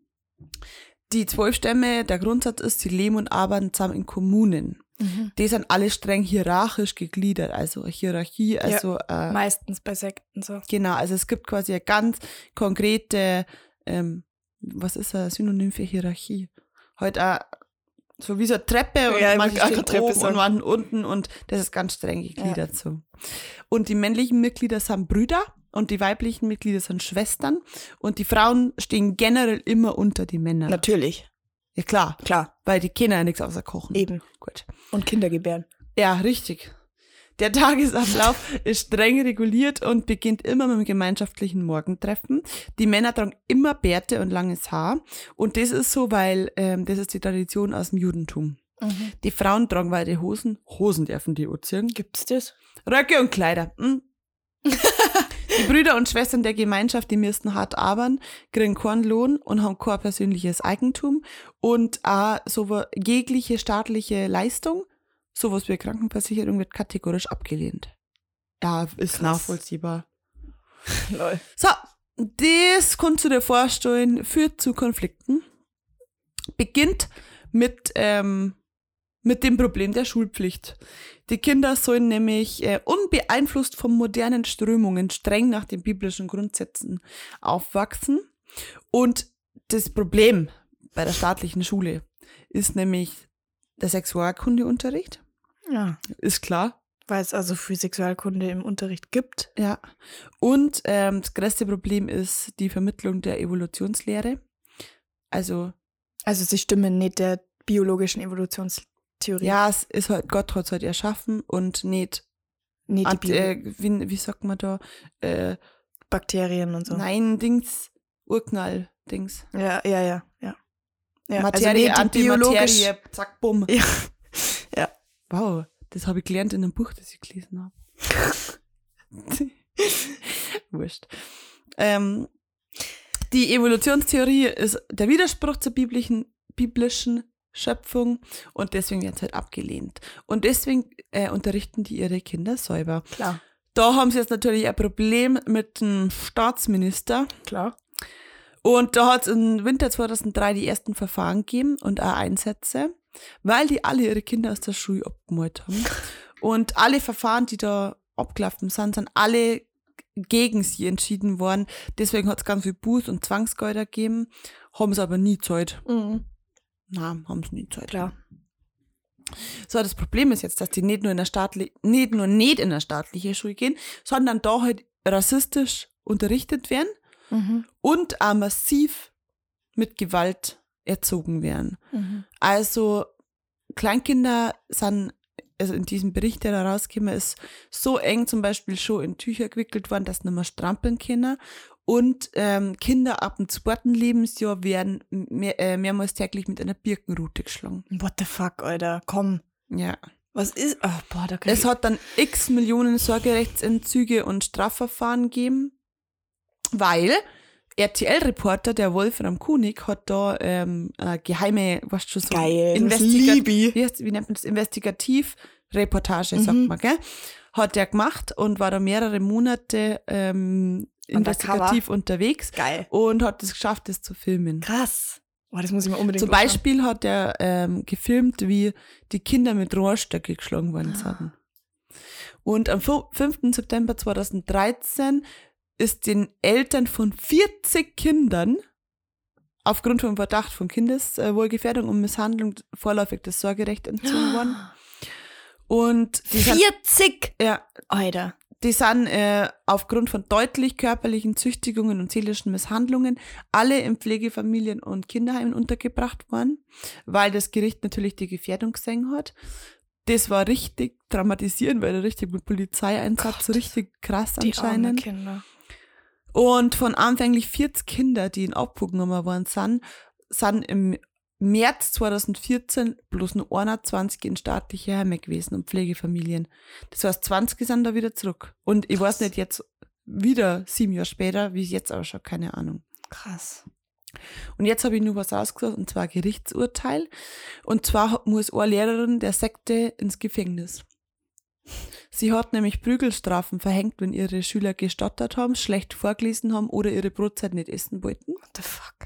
C: Die zwölf Stämme, der Grundsatz ist, sie leben und arbeiten zusammen in Kommunen.
B: Mhm.
C: Die sind alle streng hierarchisch gegliedert, also eine Hierarchie, also äh,
B: Meistens bei Sekten so.
C: genau, also es gibt quasi eine ganz konkrete, ähm, was ist ein Synonym für Hierarchie? Halt auch so wie so eine Treppe und
B: Ja, ich
C: manche
B: wollte auch
C: stehen
B: gerade Treppe
C: oben und
B: sagen.
C: manche unten und das ist ganz streng gegliedert so. Und die männlichen Mitglieder sind Brüder und die weiblichen Mitglieder sind Schwestern und die Frauen stehen generell immer unter die Männer.
B: Natürlich.
C: Ja klar,
B: Klar.
C: weil die Kinder ja nichts außer kochen.
B: Eben.
C: Gut.
B: Und Kinder gebären.
C: Ja, richtig. Der Tagesablauf ist streng reguliert und beginnt immer mit dem gemeinschaftlichen Morgentreffen. Die Männer tragen immer Bärte und langes Haar. Und das ist so, weil ähm, das ist die Tradition aus dem Judentum.
B: Mhm.
C: Die Frauen tragen weite Hosen. Hosen dürfen die anziehen.
B: Gibt's das?
C: Röcke und Kleider. Hm. Die Brüder und Schwestern der Gemeinschaft, die müssen hart arbeiten, kriegen keinen Lohn und haben kein persönliches Eigentum. Und auch so jegliche staatliche Leistung, sowas wie Krankenversicherung, wird kategorisch abgelehnt. Ja, ist
B: Krass.
C: nachvollziehbar.
B: Lol.
C: So, das kannst du dir vorstellen, führt zu Konflikten. Beginnt mit, ähm, mit dem Problem der Schulpflicht. Die Kinder sollen nämlich äh, unbeeinflusst von modernen Strömungen streng nach den biblischen Grundsätzen aufwachsen. Und das Problem bei der staatlichen Schule ist nämlich der Sexualkundeunterricht.
B: Ja.
C: Ist klar.
B: Weil es also für Sexualkunde im Unterricht gibt.
C: Ja. Und ähm, das größte Problem ist die Vermittlung der Evolutionslehre. Also,
B: Also sie stimmen nicht der biologischen Evolutionstheorie.
C: ja, es ist halt, Gott hat es halt erschaffen und nicht,
B: Nicht die
C: Ant,
B: Bio
C: äh, wie, wie sagt man da, äh,
B: Bakterien und so.
C: nein, Dings, Urknall, Dings.
B: Ja, ja, ja, ja. ja
C: Materie,
B: also nicht die biologisch.
C: Antimaterie, zack, bumm.
B: Ja. Ja.
C: Wow, das habe ich gelernt in einem Buch, das ich gelesen habe. Wurscht. Ähm, die Evolutionstheorie ist der Widerspruch zur biblischen, biblischen Schöpfung und deswegen wird es halt abgelehnt. Und deswegen äh, unterrichten die ihre Kinder selber.
B: Klar.
C: Da haben sie jetzt natürlich ein Problem mit dem Staatsminister.
B: Klar.
C: Und da hat es im Winter zweitausenddrei die ersten Verfahren gegeben und auch Einsätze, weil die alle ihre Kinder aus der Schule abgemalt haben. Und alle Verfahren, die da abgelaufen sind, sind alle gegen sie entschieden worden. Deswegen hat es ganz viel Buß- und Zwangsgelder gegeben, haben es aber nie gezahlt.
B: Mhm.
C: Nein, haben es nie gezahlt.
B: Klar.
C: So, das Problem ist jetzt, dass die nicht nur in der staatli- nicht nur nicht in eine staatliche Schule gehen, sondern da halt rassistisch unterrichtet werden
B: Mhm.
C: und auch massiv mit Gewalt erzogen werden.
B: Mhm.
C: Also Kleinkinder sind, also in diesem Bericht, der da rausgekommen ist, so eng zum Beispiel schon in Tücher gewickelt worden, dass sie nicht mehr strampeln können. Und ähm, Kinder ab dem zweiten Lebensjahr werden mehr, äh, mehrmals täglich mit einer Birkenrute geschlagen.
B: What the fuck, Alter, komm.
C: Ja.
B: Was ist, ach, boah, da kann
C: Es
B: ich...
C: hat dann x Millionen Sorgerechtsentzüge und Strafverfahren gegeben, weil R T L-Reporter, der Wolfram Kunig, hat da ähm, eine geheime, was schon so
B: Geil, das
C: Investigat-
B: lieb ich.
C: wie, heißt, wie nennt man das? Investigativ-Reportage, sagt
B: Mhm.
C: man, gell? Hat er gemacht und war da mehrere Monate ähm, investigativ unterwegs
B: Geil.
C: und hat es geschafft, das zu filmen.
B: Krass. Boah, das muss ich mir unbedingt
C: Zum
B: anschauen.
C: Beispiel hat er ähm, gefilmt, wie die Kinder mit Rohrstöcke geschlagen worden sind. Und am fu- fünften September zweitausenddreizehn ist den Eltern von vierzig Kindern aufgrund von Verdacht von Kindeswohlgefährdung und Misshandlung vorläufig das Sorgerecht entzogen worden. Und die sind,
B: vierzig!
C: ja,
B: Alter.
C: die sind äh, aufgrund von deutlich körperlichen Züchtigungen und seelischen Misshandlungen alle in Pflegefamilien und Kinderheimen untergebracht worden, weil das Gericht natürlich die Gefährdung gesehen hat. Das war richtig traumatisierend, weil der richtig mit Polizeieinsatz,
B: Gott,
C: richtig krass
B: Die armen
C: anscheinend.
B: Kinder.
C: Und von anfänglich vierzig Kinder, die in Abfuhr genommen worden sind, sind im März zweitausendvierzehn bloß nur einundzwanzig in staatliche Heime gewesen und Pflegefamilien. Das heißt, zwanzig sind da wieder zurück. Und ich weiß nicht jetzt wieder sieben Jahre später, wie es jetzt ausschaut, keine Ahnung.
B: Krass.
C: Und jetzt habe ich nur was ausgesucht, und zwar ein Gerichtsurteil. Und zwar muss eine Lehrerin der Sekte ins Gefängnis. Sie hat nämlich Prügelstrafen verhängt, wenn ihre Schüler gestottert haben, schlecht vorgelesen haben oder ihre Brotzeit nicht essen wollten.
B: What the fuck?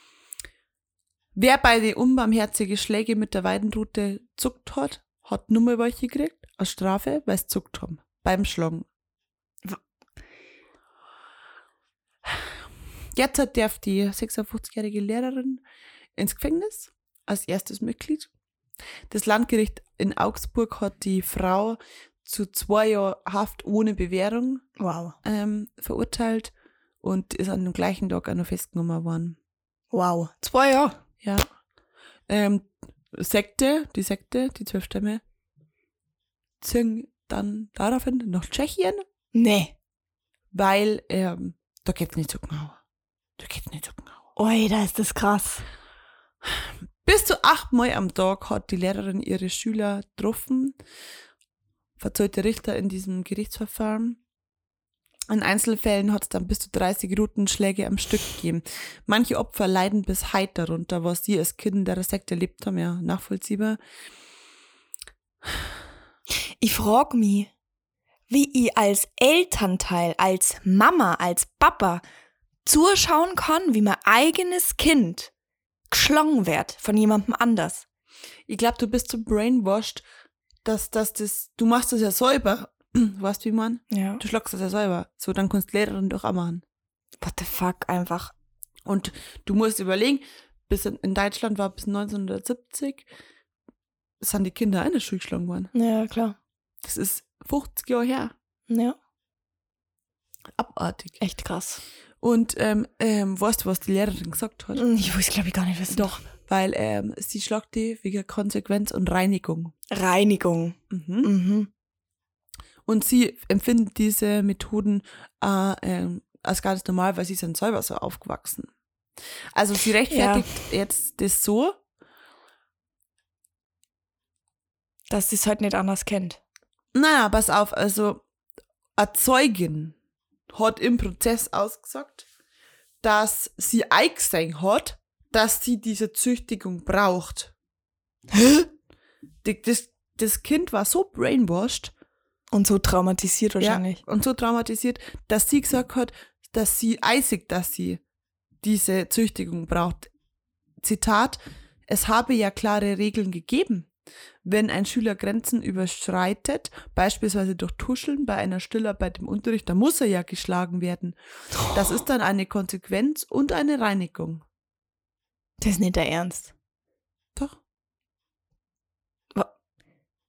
C: Wer beide unbarmherzige Schläge mit der Weidenrute zuckt hat, hat nur mal welche gekriegt, als Strafe, weil sie zuckt haben. Beim Schlagen. Jetzt hat darf die sechsundfünfzigjährige Lehrerin ins Gefängnis als erstes Mitglied. Das Landgericht in Augsburg hat die Frau zu zwei Jahren Haft ohne Bewährung
B: Wow.
C: ähm, verurteilt und ist an dem gleichen Tag auch noch festgenommen worden.
B: Wow. Zwei Jahre.
C: Ja. Ähm, Sekte, die Sekte, die zwölf Stämme, ziehen dann daraufhin nach Tschechien,
B: Nee.
C: weil ähm, da geht's nicht so genau. Da geht's nicht so genau.
B: Ui, da ist das krass.
C: Bis zu achtmal am Tag hat die Lehrerin ihre Schüler getroffen, verzeiht der Richter in diesem Gerichtsverfahren. In Einzelfällen hat es dann bis zu dreißig Rutenschläge am Stück gegeben. Manche Opfer leiden bis heute darunter, was sie als Kind in der Sekte erlebt haben, ja, nachvollziehbar.
B: Ich frage mich, wie ich als Elternteil, als Mama, als Papa zuschauen kann, wie mein eigenes Kind geschlagen wird von jemandem anders.
C: Ich glaube, du bist so brainwashed, dass, dass das, du machst das ja selber. Weißt du, wie man?
B: Ja.
C: Du schlagst das ja selber. So, dann kannst du Lehrerin doch auch machen.
B: What the fuck, einfach.
C: Und du musst überlegen, bis in, in Deutschland war bis neunzehnhundertsiebzig, sind die Kinder auch in der Schule geschlagen worden.
B: Ja, klar.
C: Das ist fünfzig Jahre her.
B: Ja.
C: Abartig.
B: Echt krass.
C: Und ähm, ähm, weißt du, was die Lehrerin gesagt hat?
B: Ich weiß, glaube ich, gar nicht wissen.
C: Doch, weil ähm, sie schlagt die wegen Konsequenz und Reinigung.
B: Reinigung.
C: Mhm.
B: Mhm.
C: Und sie empfindet diese Methoden äh, ähm, als ganz normal, weil sie sind selber so aufgewachsen. Also sie rechtfertigt ja. jetzt das so,
B: dass sie es halt nicht anders kennt.
C: Naja, pass auf, also eine Zeugin hat im Prozess ausgesagt, dass sie eingesehen hat, dass sie diese Züchtigung braucht.
B: Hä?
C: Das, das Kind war so brainwashed.
B: Und so traumatisiert wahrscheinlich.
C: Ja, und so traumatisiert, dass sie gesagt hat, dass sie eisig, dass sie diese Züchtigung braucht. Zitat, es habe ja klare Regeln gegeben. Wenn ein Schüler Grenzen überschreitet, beispielsweise durch Tuscheln bei einer Stillarbeit im Unterricht, dann muss er ja geschlagen werden. Das ist dann eine Konsequenz und eine Reinigung.
B: Das ist nicht der Ernst.
C: Doch.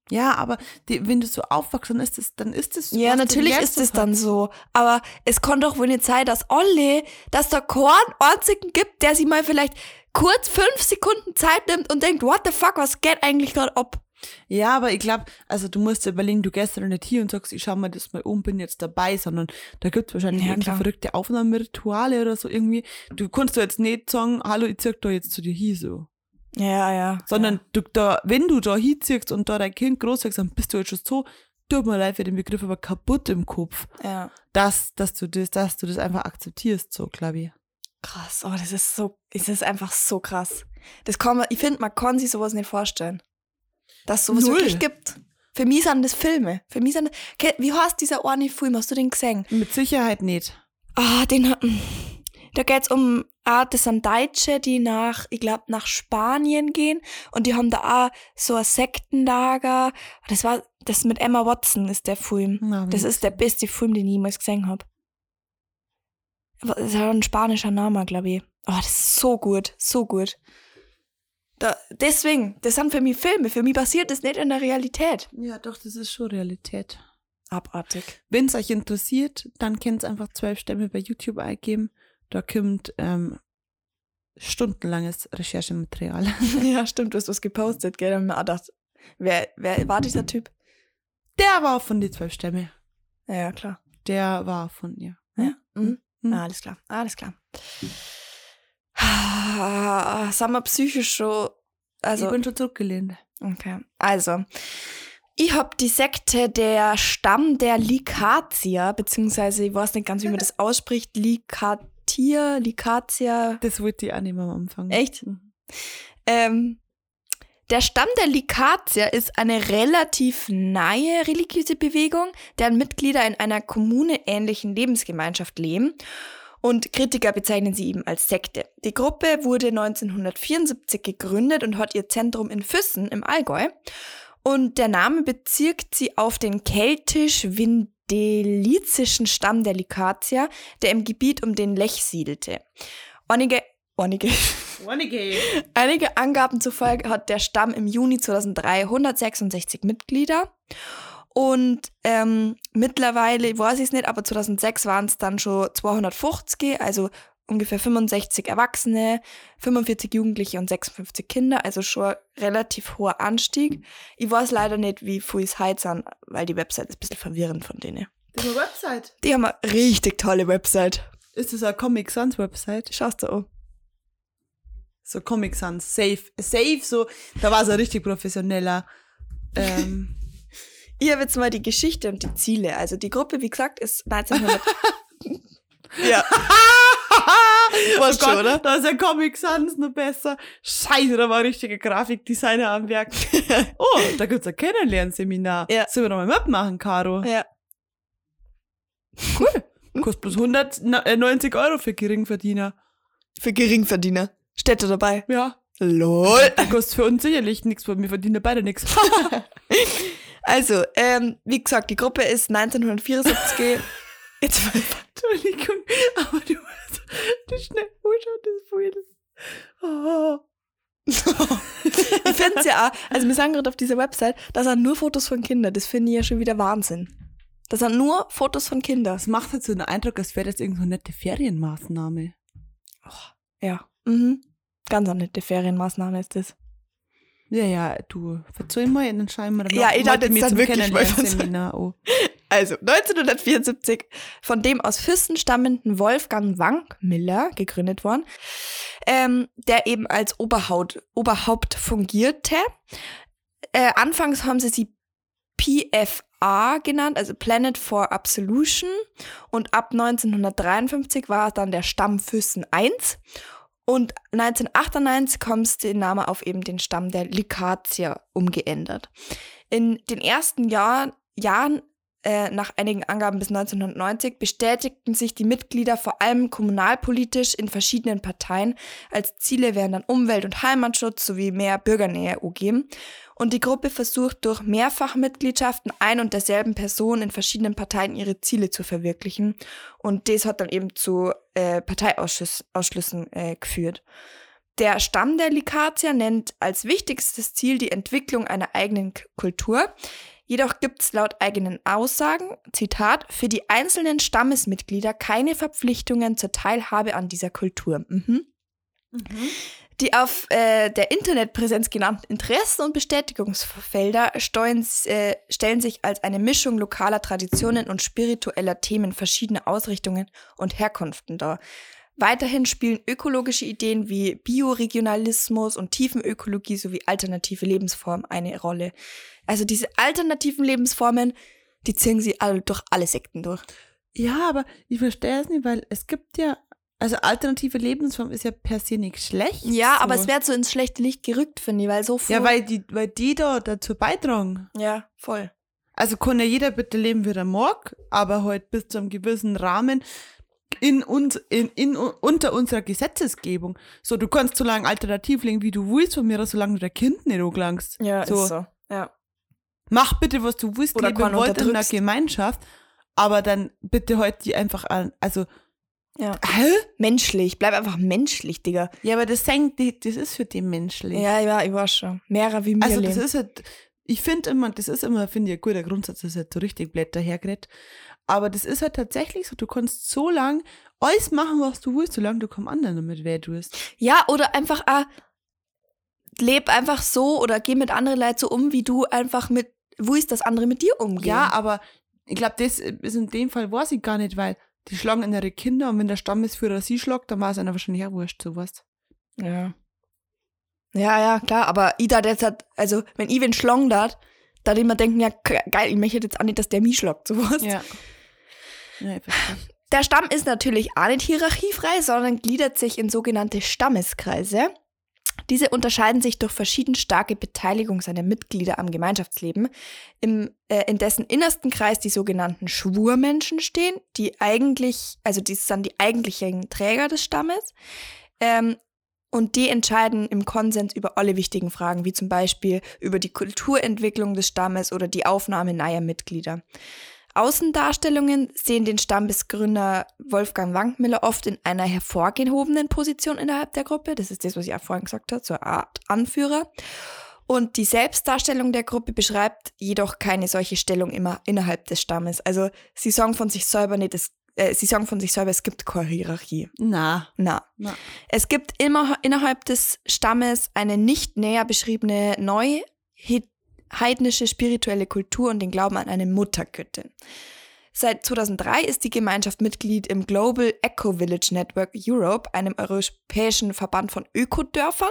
C: Ja, aber die, wenn du so aufwachst, dann ist es, dann ist es.
B: Ja, natürlich ist es dann so. Aber es kann doch wohl nicht sein, dass alle, dass da keinen einzigen gibt, der sich mal vielleicht kurz fünf Sekunden Zeit nimmt und denkt, what the fuck, was geht eigentlich gerade ab?
C: Ja, aber ich glaube, also du musst dir überlegen, du gehst ja nicht hier und sagst, ich schau mir das mal um, bin jetzt dabei, sondern da gibt es wahrscheinlich
B: Ja,
C: irgendwie
B: klar.
C: verrückte Aufnahmerituale oder so irgendwie. Du kannst du jetzt nicht sagen, hallo, ich zieh da jetzt zu dir hin so.
B: Ja, ja.
C: Sondern du da, wenn du da hinziehst und da dein Kind groß sagst, dann bist du jetzt schon so, tut mir leid für den Begriff, aber kaputt im Kopf,
B: Ja.
C: dass, dass du das, dass du das einfach akzeptierst, so, glaube ich.
B: Krass, oh, das ist so, es ist einfach so krass. Das kann man, ich finde, man kann sich sowas nicht vorstellen. Dass es sowas
C: Null.
B: wirklich gibt. Für mich sind das Filme. Für mich sind das, Ke- wie heißt dieser eine Film? Hast du den gesehen?
C: Mit Sicherheit nicht.
B: Ah, den hat, da geht's um, ah, das sind Deutsche, die nach, ich glaube, nach Spanien gehen und die haben da auch so ein Sektenlager. Das war, das mit Emma Watson ist der Film.
C: Na,
B: Das ist der beste Film, den ich jemals gesehen habe. Das ist ein spanischer Name, glaube ich. Oh, das ist so gut, so gut. Da, deswegen, das sind für mich Filme. Für mich passiert das nicht in der Realität.
C: Ja, doch, das ist schon Realität.
B: Abartig.
C: Wenn es euch interessiert, dann könnt ihr einfach zwölf Stämme bei YouTube eingeben. Da kommt ähm, stundenlanges Recherchematerial.
B: Ja, stimmt, du hast was gepostet, gell? Da hab ich mir auch gedacht, wer, wer war dieser Typ?
C: Der war von den zwölf Stämme.
B: Ja, ja, klar.
C: Der war von ihr.
B: Ja. Mhm.
C: Mhm.
B: Ah, alles klar, alles klar. Ah, sind wir psychisch schon, also,
C: ich bin schon zurückgelehnt.
B: okay, also, ich hab die Sekte der Stamm der Lykatia, beziehungsweise, ich weiß nicht ganz, wie man das ausspricht, Lykatia, Lykatia,
C: Das wollte ich auch nicht mehr am Anfang.
B: echt?
C: Mhm.
B: Ähm, der Stamm der Lykatia ist eine relativ neue religiöse Bewegung, deren Mitglieder in einer kommuneähnlichen Lebensgemeinschaft leben und Kritiker bezeichnen sie eben als Sekte. Die Gruppe wurde neunzehnhundertvierundsiebzig gegründet und hat ihr Zentrum in Füssen im Allgäu und der Name bezieht sie auf den keltisch-vindelizischen Stamm der Lykatia, der im Gebiet um den Lech siedelte. Einige, einige Einige Angaben zufolge hat der Stamm im Juni zweitausenddrei hundertsechsundsechzig Mitglieder und ähm, mittlerweile, ich weiß ich es nicht, aber zweitausendsechs waren es dann schon zweihundertfünfzig, also ungefähr fünfundsechzig Erwachsene, fünfundvierzig Jugendliche und sechsundfünfzig Kinder, also schon ein relativ hoher Anstieg. Ich weiß leider nicht, wie viel es heute sind, weil die Website ist ein bisschen verwirrend von denen.
C: Das ist eine Website.
B: Die haben eine richtig tolle Website.
C: Ist das eine Comic Sans Website?
B: Schaust du an.
C: So Comic Sans, safe. Safe, so, da war so ein richtig professioneller. Ähm,
B: Ich habe jetzt mal die Geschichte und die Ziele. Also die Gruppe, wie gesagt, ist neunzehnhundert... ja.
C: Was
B: schon, oder?
C: Da ist ja Comic Sans noch besser. Scheiße, da war ein richtiger Grafikdesigner am Werk. Oh, da gibt's ein Kennenlernseminar.
B: Ja.
C: Sollen wir da mal mitmachen, Caro?
B: Ja.
C: Kostet bloß hundertneunzig Euro für Geringverdiener.
B: Für Geringverdiener. Städte dabei.
C: Ja.
B: Lol.
C: Das kostet für uns sicherlich nichts, weil wir verdienen beide nichts.
B: Also, ähm, wie gesagt, die Gruppe ist neunzehnhundertvierundsiebzig. Jetzt
C: Entschuldigung, aber du hast die schnell anschauen, das Fotos. Oh.
B: ich finde es ja auch, also wir sagen gerade auf dieser Website, da sind nur Fotos von Kindern. Das finde ich ja schon wieder Wahnsinn. Das sind nur Fotos von Kindern.
C: Das macht halt so den Eindruck, als wäre das irgendeine so nette Ferienmaßnahme.
B: Ja. Mhm. Ganz eine nette Ferienmaßnahme ist das.
C: Ja, ja, du, verzeih mal, dann schauen wir dann
B: Ja, ich dachte jetzt dann wirklich mal von so-
C: Seminar. Oh.
B: Also, neunzehnhundertvierundsiebzig von dem aus Füssen stammenden Wolfgang Wankmiller gegründet worden, ähm, der eben als Oberhaut, Oberhaupt fungierte. Äh, anfangs haben sie sie P F A genannt, also Planet for Absolution, und ab neunzehnhundertdreiundfünfzig war es dann der Stamm Füssen eins. Und neunzehnhundertachtundneunzig haben sie den Namen auf eben den Stamm der Lykatia umgeändert. In den ersten Jahr, Jahren, äh, nach einigen Angaben bis neunzehnhundertneunzig, bestätigten sich die Mitglieder vor allem kommunalpolitisch in verschiedenen Parteien. Als Ziele wären dann Umwelt- und Heimatschutz sowie mehr Bürgernähe angegeben. Und die Gruppe versucht durch Mehrfachmitgliedschaften ein und derselben Person in verschiedenen Parteien ihre Ziele zu verwirklichen. Und das hat dann eben zu äh, Parteiausschlüssen äh, geführt. Der Stamm der Likazier nennt als wichtigstes Ziel die Entwicklung einer eigenen K- Kultur. Jedoch gibt es laut eigenen Aussagen, Zitat, für die einzelnen Stammesmitglieder keine Verpflichtungen zur Teilhabe an dieser Kultur. Mhm.
C: Mhm.
B: Die auf äh, der Internetpräsenz genannten Interessen- und Bestätigungsfelder steuern, äh, stellen sich als eine Mischung lokaler Traditionen und spiritueller Themen verschiedener Ausrichtungen und Herkunften dar. Weiterhin spielen ökologische Ideen wie Bioregionalismus und Tiefenökologie sowie alternative Lebensformen eine Rolle. Also diese alternativen Lebensformen, die ziehen sie alle durch alle Sekten durch.
C: Ja, aber ich verstehe es nicht, weil es gibt ja, also alternative Lebensform ist ja per se nicht schlecht.
B: Ja,
C: so.
B: aber es wird so ins schlechte Licht gerückt, finde ich, weil so viel...
C: Ja, weil die, weil die da dazu beitragen.
B: Ja, voll.
C: Also kann ja jeder bitte leben, wie er mag, aber halt bis zu einem gewissen Rahmen in uns, in, in, unter unserer Gesetzesgebung. So, du kannst so lange alternativ leben, wie du willst, von mir aus, solange du dein Kind nicht angelangst.
B: Ja,
C: so.
B: ist so. Ja.
C: Mach bitte, was du willst,
B: Oder
C: lebe
B: kann
C: wollt in einer
B: unterdrückst.
C: Gemeinschaft, aber dann bitte halt die einfach an, also,
B: Ja.
C: hä?
B: Menschlich, bleib einfach menschlich, Digga.
C: Ja, aber das, sagen die, das ist für die menschlich.
B: Ja, ja, ich weiß schon. Mehrer wie mir
C: Also
B: leben.
C: das ist halt, ich finde immer, das ist immer, finde ich, ein guter Grundsatz, das ist halt so richtig blöd dahergeredet. Aber das ist halt tatsächlich so, du kannst so lang alles machen, was du willst, solange du keinem anderen damit weh tust.
B: Ja, oder einfach äh, leb einfach so oder geh mit anderen Leuten so um, wie du einfach mit, willst, dass andere mit dir umgehen.
C: Ja, aber ich glaube, das ist in dem Fall, weiß ich gar nicht, weil die schlagen in ihre Kinder und wenn der Stammesführer sie schlagt, dann war es einer wahrscheinlich auch wurscht, sowas.
B: Ja. Ja, ja, klar, aber ich da jetzt hat, also wenn ich wen schlagen darf, da immer denken, ja geil, ich möchte jetzt auch nicht, dass der mich schlagt, sowas.
C: Ja. Ja, ich verstehe.
B: Der Stamm ist natürlich auch nicht hierarchiefrei, sondern gliedert sich in sogenannte Stammeskreise. Diese unterscheiden sich durch verschieden starke Beteiligung seiner Mitglieder am Gemeinschaftsleben, im, äh, in dessen innersten Kreis die sogenannten Schwurmenschen stehen, die eigentlich, also die sind die eigentlichen Träger des Stammes, ähm, und die entscheiden im Konsens über alle wichtigen Fragen, wie zum Beispiel über die Kulturentwicklung des Stammes oder die Aufnahme neuer Mitglieder. Außendarstellungen sehen den Stammesgründer Wolfgang Wankmüller oft in einer hervorgehobenen Position innerhalb der Gruppe. Das ist das, was ich auch vorhin gesagt habe, so eine Art Anführer. Und die Selbstdarstellung der Gruppe beschreibt jedoch keine solche Stellung immer innerhalb des Stammes. Also sie sagen von sich selber nicht, es, äh, sie sagen von sich selber, es gibt keine Hierarchie.
C: Na.
B: Na.
C: Na.
B: Es gibt immer innerhalb des Stammes eine nicht näher beschriebene neue heidnische spirituelle Kultur und den Glauben an eine Muttergöttin. Seit zweitausenddrei ist die Gemeinschaft Mitglied im Global Eco-Village Network Europe, einem europäischen Verband von Ökodörfern.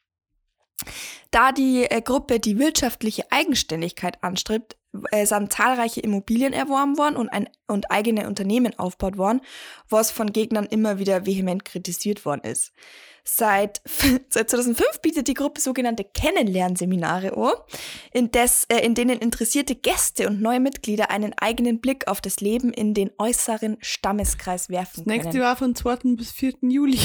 B: Da die äh, Gruppe die wirtschaftliche Eigenständigkeit anstrebt, äh, sind zahlreiche Immobilien erworben worden und, ein, und eigene Unternehmen aufgebaut worden, was von Gegnern immer wieder vehement kritisiert worden ist. Seit, seit zweitausendfünf bietet die Gruppe sogenannte Kennenlernseminare an, in, des, äh, in denen interessierte Gäste und neue Mitglieder einen eigenen Blick auf das Leben in den äußeren Stammeskreis werfen
C: Das nächste
B: können.
C: war von zweiten bis vierten Juli.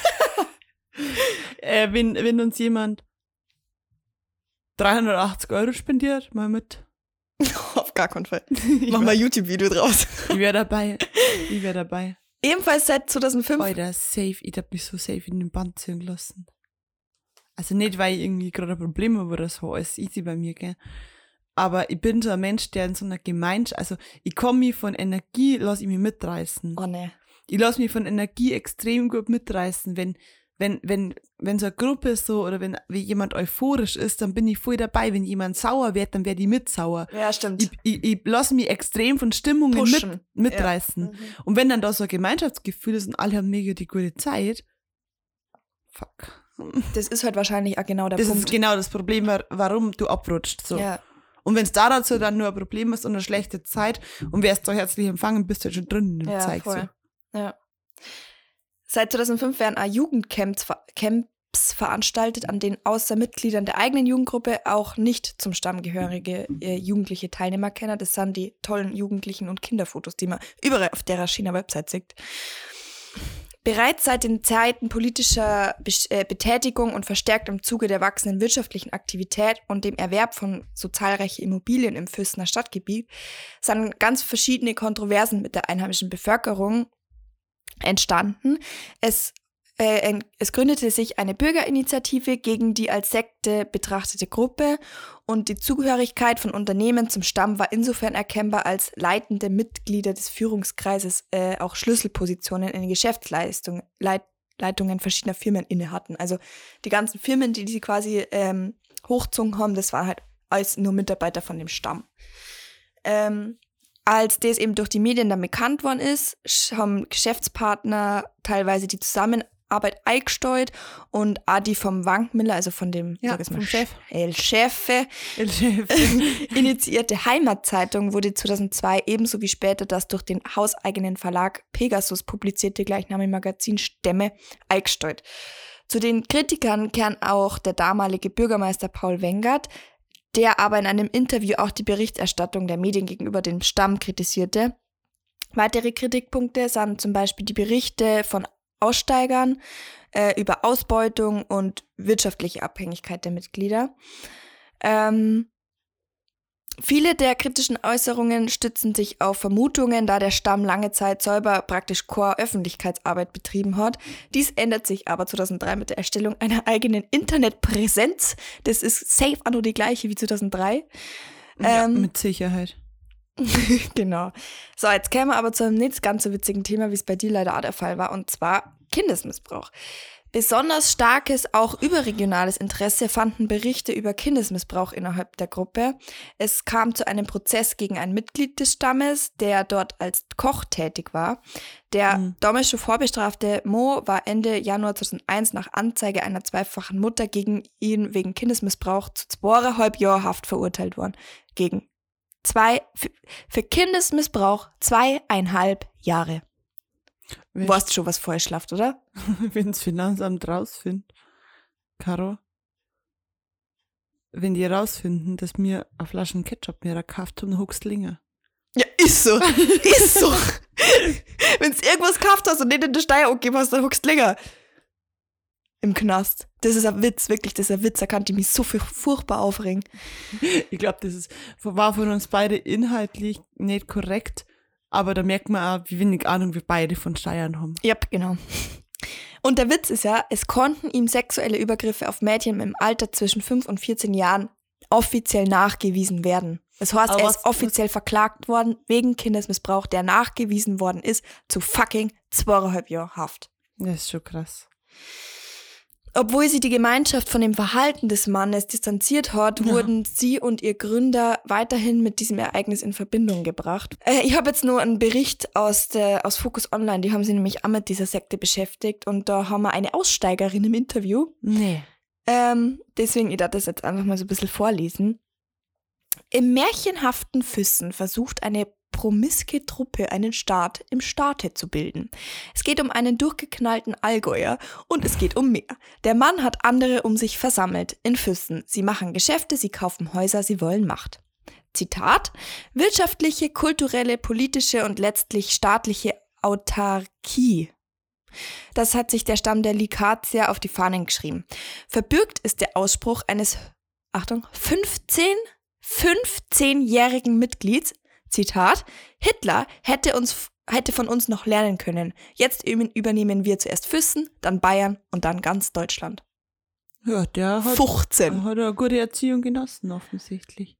C: äh, wenn, wenn uns jemand dreihundertachtzig Euro spendiert, mal mit.
B: Auf gar keinen Fall.
C: Ich
B: Mach
C: wär-
B: mal ein YouTube-Video draus.
C: Ich wäre dabei. Ich wäre dabei.
B: Ebenfalls seit zweitausendfünf.
C: Alter, safe. Ich hab mich so safe in den Band ziehen lassen. Also nicht, weil ich irgendwie gerade ein Problem habe oder so, alles easy bei mir, gell. Aber ich bin so ein Mensch, der in so einer Gemeinschaft, also ich komme mich von Energie, lasse ich mich mitreißen.
B: Oh ne.
C: Ich lasse mich von Energie extrem gut mitreißen. Wenn, wenn, wenn, wenn so eine Gruppe ist so, oder wenn wie jemand euphorisch ist, dann bin ich voll dabei. Wenn jemand sauer wird, dann werde ich mit sauer.
B: Ja, stimmt.
C: Ich, ich, ich lasse mich extrem von Stimmungen mit,
B: Pushen.
C: mitreißen.
B: Ja. Mhm.
C: Und wenn dann da so ein Gemeinschaftsgefühl ist und alle haben mega die gute Zeit, fuck.
B: Das ist halt wahrscheinlich auch genau der
C: Das
B: Punkt.
C: ist genau das Problem, wa- warum du abrutscht. So.
B: Ja.
C: Und wenn es da dazu dann nur ein Problem ist und eine schlechte Zeit und wärst da herzlich empfangen, bist du halt schon drin in dem
B: Ja,
C: Zeug.
B: voll.
C: So.
B: Ja. Seit zweitausendfünf werden auch Jugendcamps ver- Camps veranstaltet, an denen außer Mitgliedern der eigenen Jugendgruppe auch nicht zum Stamm gehörige äh, jugendliche Teilnehmer kennen. Das sind die tollen Jugendlichen- und Kinderfotos, die man überall auf der China-Website sieht. Bereits seit den Zeiten politischer Besch- äh, Betätigung und verstärkt im Zuge der wachsenden wirtschaftlichen Aktivität und dem Erwerb von so zahlreichen Immobilien im Füßener Stadtgebiet sind ganz verschiedene Kontroversen mit der einheimischen Bevölkerung entstanden. Es äh, es gründete sich eine Bürgerinitiative gegen die als Sekte betrachtete Gruppe und die Zugehörigkeit von Unternehmen zum Stamm war insofern erkennbar, als leitende Mitglieder des Führungskreises äh, auch Schlüsselpositionen in den Geschäftsleistungen Leit, Leitungen verschiedener Firmen inne hatten. Also die ganzen Firmen, die sie quasi ähm, hochgezogen haben, das waren halt als nur Mitarbeiter von dem Stamm. Ähm, als das eben durch die Medien dann bekannt worden ist, haben Geschäftspartner teilweise die Zusammenarbeit eingesteuert und auch die vom Wankmiller, also von dem
C: Ja,
B: sag jetzt mal,
C: vom Chef.
B: El Chefe,
C: El Chef.
B: initiierte Heimatzeitung wurde zweitausendzwei ebenso wie später das durch den hauseigenen Verlag Pegasus publizierte gleichnamige Magazin Stämme eingesteuert. Zu den Kritikern kehren auch der damalige Bürgermeister Paul Wengert, der aber in einem Interview auch die Berichterstattung der Medien gegenüber dem Stamm kritisierte. Weitere Kritikpunkte sind zum Beispiel die Berichte von Aussteigern äh, über Ausbeutung und wirtschaftliche Abhängigkeit der Mitglieder. Ähm, viele der kritischen Äußerungen stützen sich auf Vermutungen, da der Stamm lange Zeit selber praktisch keine Öffentlichkeitsarbeit betrieben hat. Dies ändert sich aber zweitausenddrei mit der Erstellung einer eigenen Internetpräsenz. Das ist safe auch nur die gleiche wie zweitausenddrei.
C: Ja,
B: Ähm,
C: mit Sicherheit.
B: Genau. So, jetzt kämen wir aber zu einem nicht ganz so witzigen Thema, wie es bei dir leider auch der Fall war, und zwar Kindesmissbrauch. Besonders starkes, auch überregionales Interesse fanden Berichte über Kindesmissbrauch innerhalb der Gruppe. Es kam zu einem Prozess gegen ein Mitglied des Stammes, der dort als Koch tätig war. Der
C: Mhm.
B: damals schon vorbestrafte Mo war Ende Januar zweitausendeins nach Anzeige einer zweifachen Mutter gegen ihn wegen Kindesmissbrauch zu zweieinhalb Jahren Haft verurteilt worden. Gegen zwei, für, für Kindesmissbrauch zweieinhalb Jahre. Du weißt schon, was vorher schlaft, oder?
C: Wenn das Finanzamt rausfindet, Caro, wenn die rausfinden, dass mir eine Flasche Ketchup mehr gekauft haben, dann huckst du länger.
B: Ja, ist so. Ist so. Wenn du irgendwas gekauft hast und nicht in der Steuer angegeben hast, dann huckst du länger. Im Knast. Das ist ein Witz, wirklich, das ist ein Witz. Da kann ich mich so viel furchtbar aufregen.
C: Ich glaube, das ist, war von uns beide inhaltlich nicht korrekt, aber da merkt man auch, wie wenig Ahnung wir beide von Steuern haben.
B: Ja, genau. Und der Witz ist ja, es konnten ihm sexuelle Übergriffe auf Mädchen im Alter zwischen fünf und vierzehn Jahren offiziell nachgewiesen werden. Das heißt,
C: Aber
B: er
C: was-
B: ist offiziell verklagt worden wegen Kindesmissbrauch, der nachgewiesen worden ist zu fucking zweieinhalb Jahren Haft.
C: Das ist schon krass.
B: Obwohl sie die Gemeinschaft von dem Verhalten des Mannes distanziert hat,
C: Ja.
B: wurden sie und ihr Gründer weiterhin mit diesem Ereignis in Verbindung gebracht. Äh, ich habe jetzt nur einen Bericht aus, der, aus Focus Online, die haben sich nämlich auch mit dieser Sekte beschäftigt und da haben wir eine Aussteigerin im Interview.
C: Nee.
B: Ähm, deswegen, ich darf das jetzt einfach mal so ein bisschen vorlesen. Im märchenhaften Füssen versucht eine promiske Truppe einen Staat im Staate zu bilden. Es geht um einen durchgeknallten Allgäuer und es geht um mehr. Der Mann hat andere um sich versammelt in Füssen. Sie machen Geschäfte, sie kaufen Häuser, sie wollen Macht. Zitat: Wirtschaftliche, kulturelle, politische und letztlich staatliche Autarkie. Das hat sich der Stamm der Lykatia auf die Fahnen geschrieben. Verbürgt ist der Ausspruch eines, Achtung, fünfzehn, fünfzehnjährigen Mitglieds. Zitat: Hitler hätte uns hätte von uns noch lernen können. Jetzt übernehmen wir zuerst Füssen, dann Bayern und dann ganz Deutschland.
C: Ja, der hat,
B: fünfzehn.
C: hat eine gute Erziehung genossen, offensichtlich.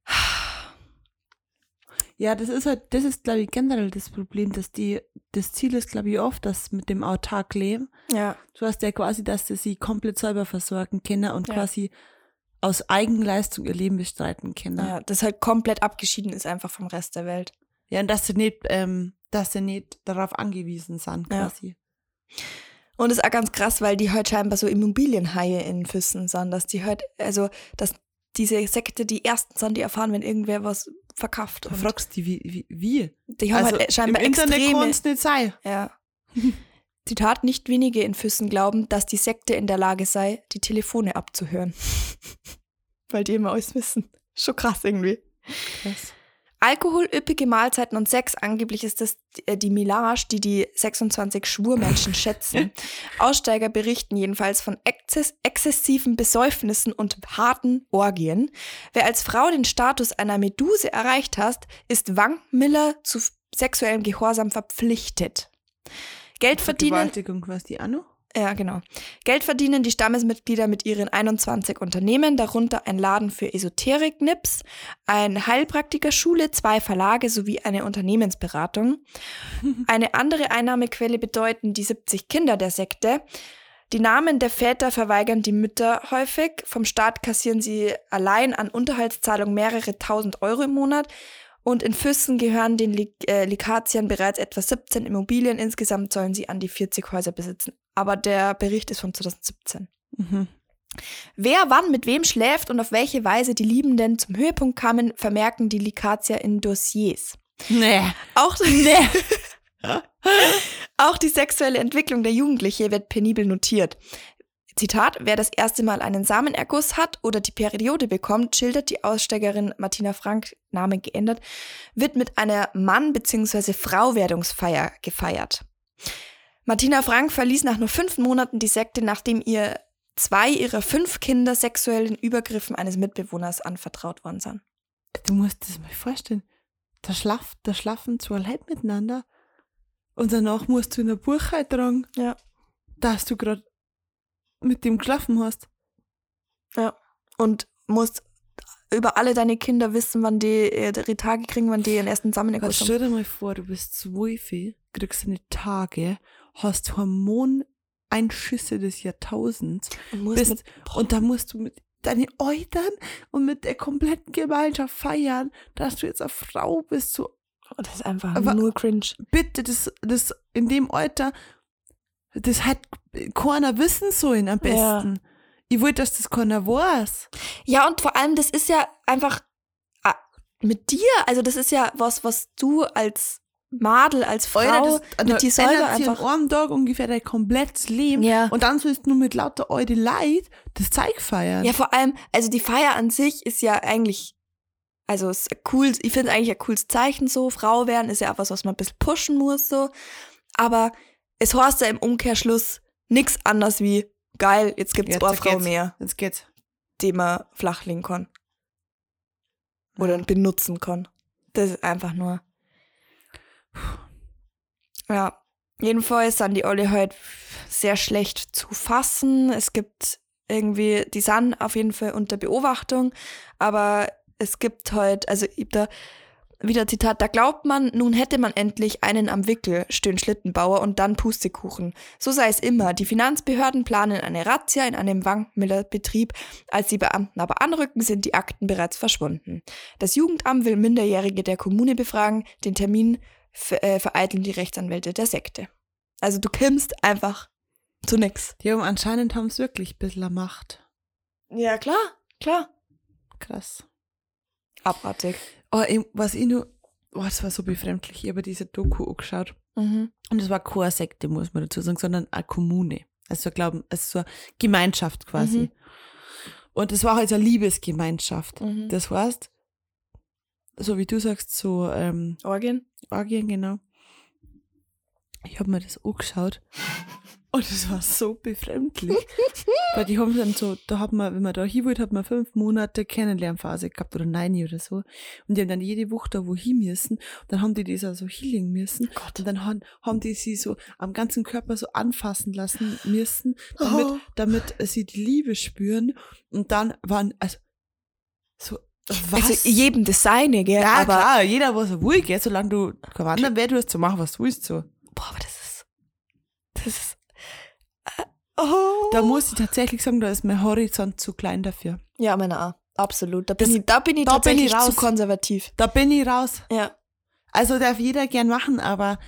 C: Ja, das ist halt, das ist, glaube ich, generell das Problem, dass die, das Ziel ist, glaube ich, oft, dass mit dem autark leben.
B: Ja.
C: Du hast ja quasi, dass sie sich komplett selber versorgen können und
B: Ja.
C: quasi aus Eigenleistung ihr Leben bestreiten können.
B: ja, das halt komplett abgeschieden ist einfach vom Rest der Welt.
C: Ja, und dass sie nicht, ähm, dass sie nicht darauf angewiesen sind,
B: Ja.
C: quasi.
B: Und das ist auch ganz krass, weil die halt scheinbar so Immobilienhaie in Füssen sind, dass die halt, also, dass diese Sekte die ersten sind, die erfahren, wenn irgendwer was verkauft.
C: Da
B: Und
C: fragst du dich, wie, wie, wie?
B: die haben
C: Also
B: halt scheinbar
C: im Internet
B: extreme...
C: kann es nicht sein.
B: Ja. Zitat: Nicht wenige in Füssen glauben, dass die Sekte in der Lage sei, die Telefone abzuhören. Weil die immer alles wissen. Schon krass irgendwie.
C: Krass.
B: Alkohol, üppige Mahlzeiten und Sex, angeblich ist das äh, die Milage, die die sechsundzwanzig Schwurmenschen schätzen. Aussteiger berichten jedenfalls von exzess exzessiven Besäufnissen und harten Orgien. Wer als Frau den Status einer Meduse erreicht hat, ist Wankmiller zu sexuellem Gehorsam verpflichtet. Geld verdienen...
C: Vergewaltigung, was die auch noch?
B: Ja, genau. Geld verdienen die Stammesmitglieder mit ihren einundzwanzig Unternehmen, darunter ein Laden für Esoterik-Nips, eine Heilpraktikerschule, zwei Verlage sowie eine Unternehmensberatung. Eine andere Einnahmequelle bedeuten die siebzig Kinder der Sekte. Die Namen der Väter verweigern die Mütter häufig. Vom Staat kassieren sie allein an Unterhaltszahlung mehrere tausend Euro im Monat. Und in Füssen gehören den Lik- äh, Likatiern bereits etwa siebzehn Immobilien. Insgesamt sollen sie an die vierzig Häuser besitzen. Aber der Bericht ist von zwanzig siebzehn.
C: Mhm.
B: Wer wann mit wem schläft und auf welche Weise die Liebenden zum Höhepunkt kamen, vermerken die Likatier in Dossiers.
C: Nee.
B: Auch, nee. Auch die sexuelle Entwicklung der Jugendlichen wird penibel notiert. Zitat, wer das erste Mal einen Samenerguss hat oder die Periode bekommt, schildert die Aussteigerin Martina Frank, Name geändert, wird mit einer Mann- bzw. Frauwerdungsfeier gefeiert. Martina Frank verließ nach nur fünf Monaten die Sekte, nachdem ihr zwei ihrer fünf Kinder sexuellen Übergriffen eines Mitbewohners anvertraut worden sind.
C: Du musst dir das mal vorstellen. Da, schlaf, da schlafen zwei Leute miteinander und danach musst du in der Buchhaltung tragen,
B: Ja.
C: dass du gerade mit dem geschlafen hast.
B: Ja. Und musst über alle deine Kinder wissen, wann die ihre Tage kriegen, wann die ihren ersten Samenerguss
C: Also
B: haben.
C: stell dir mal vor, du bist zwölf, kriegst deine Tage, hast Hormoneinschüsse des Jahrtausends
B: Und musst
C: bist,
B: mit,
C: und da musst du mit deinen Eltern und mit der kompletten Gemeinschaft feiern, dass du jetzt eine Frau bist. So,
B: oh, das ist einfach
C: Aber-
B: nur cringe.
C: bitte, das, das in dem Alter, das hat keiner wissen sollen am besten. Ich wollte, dass das keiner weiß.
B: Ja, und vor allem, das ist ja einfach ah, mit dir, also das ist ja was, was du als Madel, als Frau,
C: Alter, das,
B: mit dir selber
C: ändert sich
B: einfach...
C: an einem Tag ungefähr dein komplettes Leben.
B: Ja.
C: Und dann sollst du nur mit lauter alte Leid das Zeug feiern.
B: Ja, vor allem, also die Feier an sich ist ja eigentlich, also ist cool, ich finde eigentlich ein cooles Zeichen so, Frau werden ist ja auch was, was man ein bisschen pushen muss so, aber es heißt ja im Umkehrschluss nichts anderes wie, geil, jetzt gibt's
C: Jetzt
B: eine Frau
C: geht's.
B: mehr,
C: Jetzt geht's.
B: die man flachlegen kann. Oder benutzen kann. Das ist einfach nur... Ja, jedenfalls sind die alle halt sehr schlecht zu fassen. Es gibt irgendwie, die sind auf jeden Fall unter Beobachtung, aber es gibt halt, also ich hab da wieder Zitat, da glaubt man, nun hätte man endlich einen am Wickel, stöhnt Schlittenbauer und dann Pustekuchen. So sei es immer. Die Finanzbehörden planen eine Razzia in einem Wankmiller-Betrieb. Als die Beamten aber anrücken, sind die Akten bereits verschwunden. Das Jugendamt will Minderjährige der Kommune befragen. Den Termin ver- äh, vereiteln die Rechtsanwälte der Sekte. Also du kommst einfach zu nix.
C: Die haben anscheinend haben es wirklich ein bisschen Macht.
B: Ja, klar, klar.
C: Krass.
B: Abartig.
C: Oh, ich, was ich nur, oh, das war so befremdlich. Ich habe diese Doku angeschaut.
B: Mhm.
C: Und es war keine Sekte, muss man dazu sagen, sondern eine Kommune. Also, glauben, also so eine Gemeinschaft quasi.
B: Mhm.
C: Und es war halt eine Liebesgemeinschaft.
B: Mhm.
C: Das heißt, so wie du sagst, so ähm,
B: Orgien?
C: Orgien, genau. Ich habe mir das angeschaut und es war so befremdlich. Weil die haben dann so, da hat man, wenn man da hin wollte, hat man fünf Monate Kennenlernphase gehabt oder neun oder so. Und die haben dann jede Woche da wo hin müssen. Und dann haben die das also hinlegen müssen.
B: Gott.
C: Und dann haben, haben die sie so am ganzen Körper so anfassen lassen müssen, damit,
B: Oh.
C: damit sie die Liebe spüren. Und dann waren, also, so, was?
B: Also jedem das seine, gell?
C: Ja,
B: aber
C: klar, jeder, was er will, gell, solange du kein Wandern wert hast, zu machen, was du willst, so.
B: boah, aber das ist, das ist, äh, oh.
C: Da muss ich tatsächlich sagen, da ist mein Horizont zu klein dafür.
B: Ja, meine auch. Absolut. Da bin
C: Das-
B: ich, da bin ich
C: da bin
B: tatsächlich
C: ich raus.
B: zu konservativ.
C: Da bin ich raus.
B: Ja.
C: Also darf jeder gern machen, aber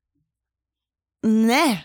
C: nee.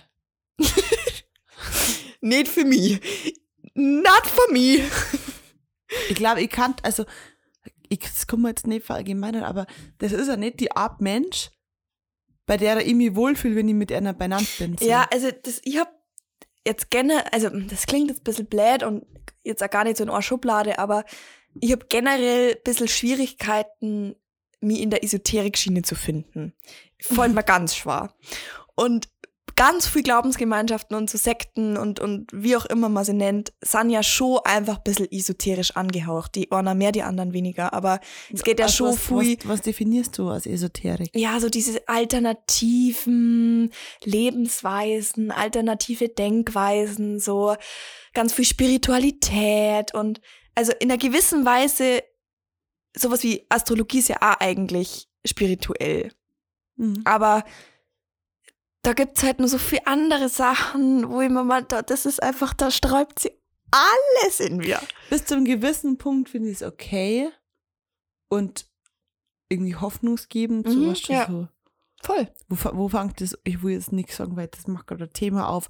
B: Nicht für mich. Not for me.
C: Ich glaube, ich kann, also, ich, das kann man jetzt nicht verallgemeinern, aber das ist ja nicht die Art Mensch, bei der ich mich wohlfühle, wenn ich mit einer beieinander bin. So.
B: Ja, also das, ich hab jetzt gerne, also das klingt jetzt ein bisschen blöd und jetzt auch gar nicht so in einer Schublade, aber ich habe generell ein bisschen Schwierigkeiten, mich in der Esoterik-Schiene zu finden. Fällt mir ganz schwer. Und ganz viele Glaubensgemeinschaften und so Sekten und, und wie auch immer man sie nennt, sind ja schon einfach ein bisschen esoterisch angehaucht. Die einer mehr, die anderen weniger. Aber es geht ja
C: Also
B: schon
C: was,
B: viel.
C: was, was definierst du als Esoterik?
B: Ja, so diese alternativen Lebensweisen, alternative Denkweisen, so ganz viel Spiritualität und also in einer gewissen Weise sowas wie Astrologie ist ja auch eigentlich spirituell.
C: Mhm.
B: Aber da gibt's halt nur so viele andere Sachen, wo ich mir mal, da, das ist einfach, da sträubt sie alles in mir.
C: Bis zu einem gewissen Punkt finde ich es okay und irgendwie hoffnungsgebend,
B: Mhm,
C: sowas schon
B: ja.
C: so.
B: Voll.
C: Wo, fa- wo fängt das, ich will jetzt nichts sagen, weil das macht gerade ein Thema auf.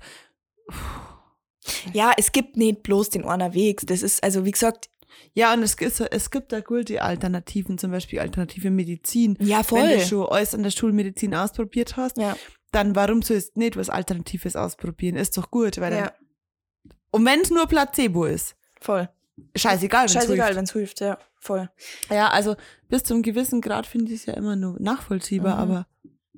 B: Ja, es gibt nicht bloß den einen Weg. Das ist, also wie gesagt,
C: Ja, und es, ist, es gibt da gute Alternativen, zum Beispiel alternative Medizin.
B: ja, voll.
C: Wenn du schon alles an der Schulmedizin ausprobiert hast,
B: Ja.
C: dann warum sollst du nicht was Alternatives ausprobieren? Ist doch gut. Weil
B: Ja,
C: dann, und wenn es nur Placebo ist,
B: voll.
C: scheißegal, wenn's
B: Scheißegal,
C: hilft.
B: wenn es hilft, ja, voll.
C: Ja, also bis zu einem gewissen Grad finde ich es ja immer nur nachvollziehbar,
B: Mhm.
C: aber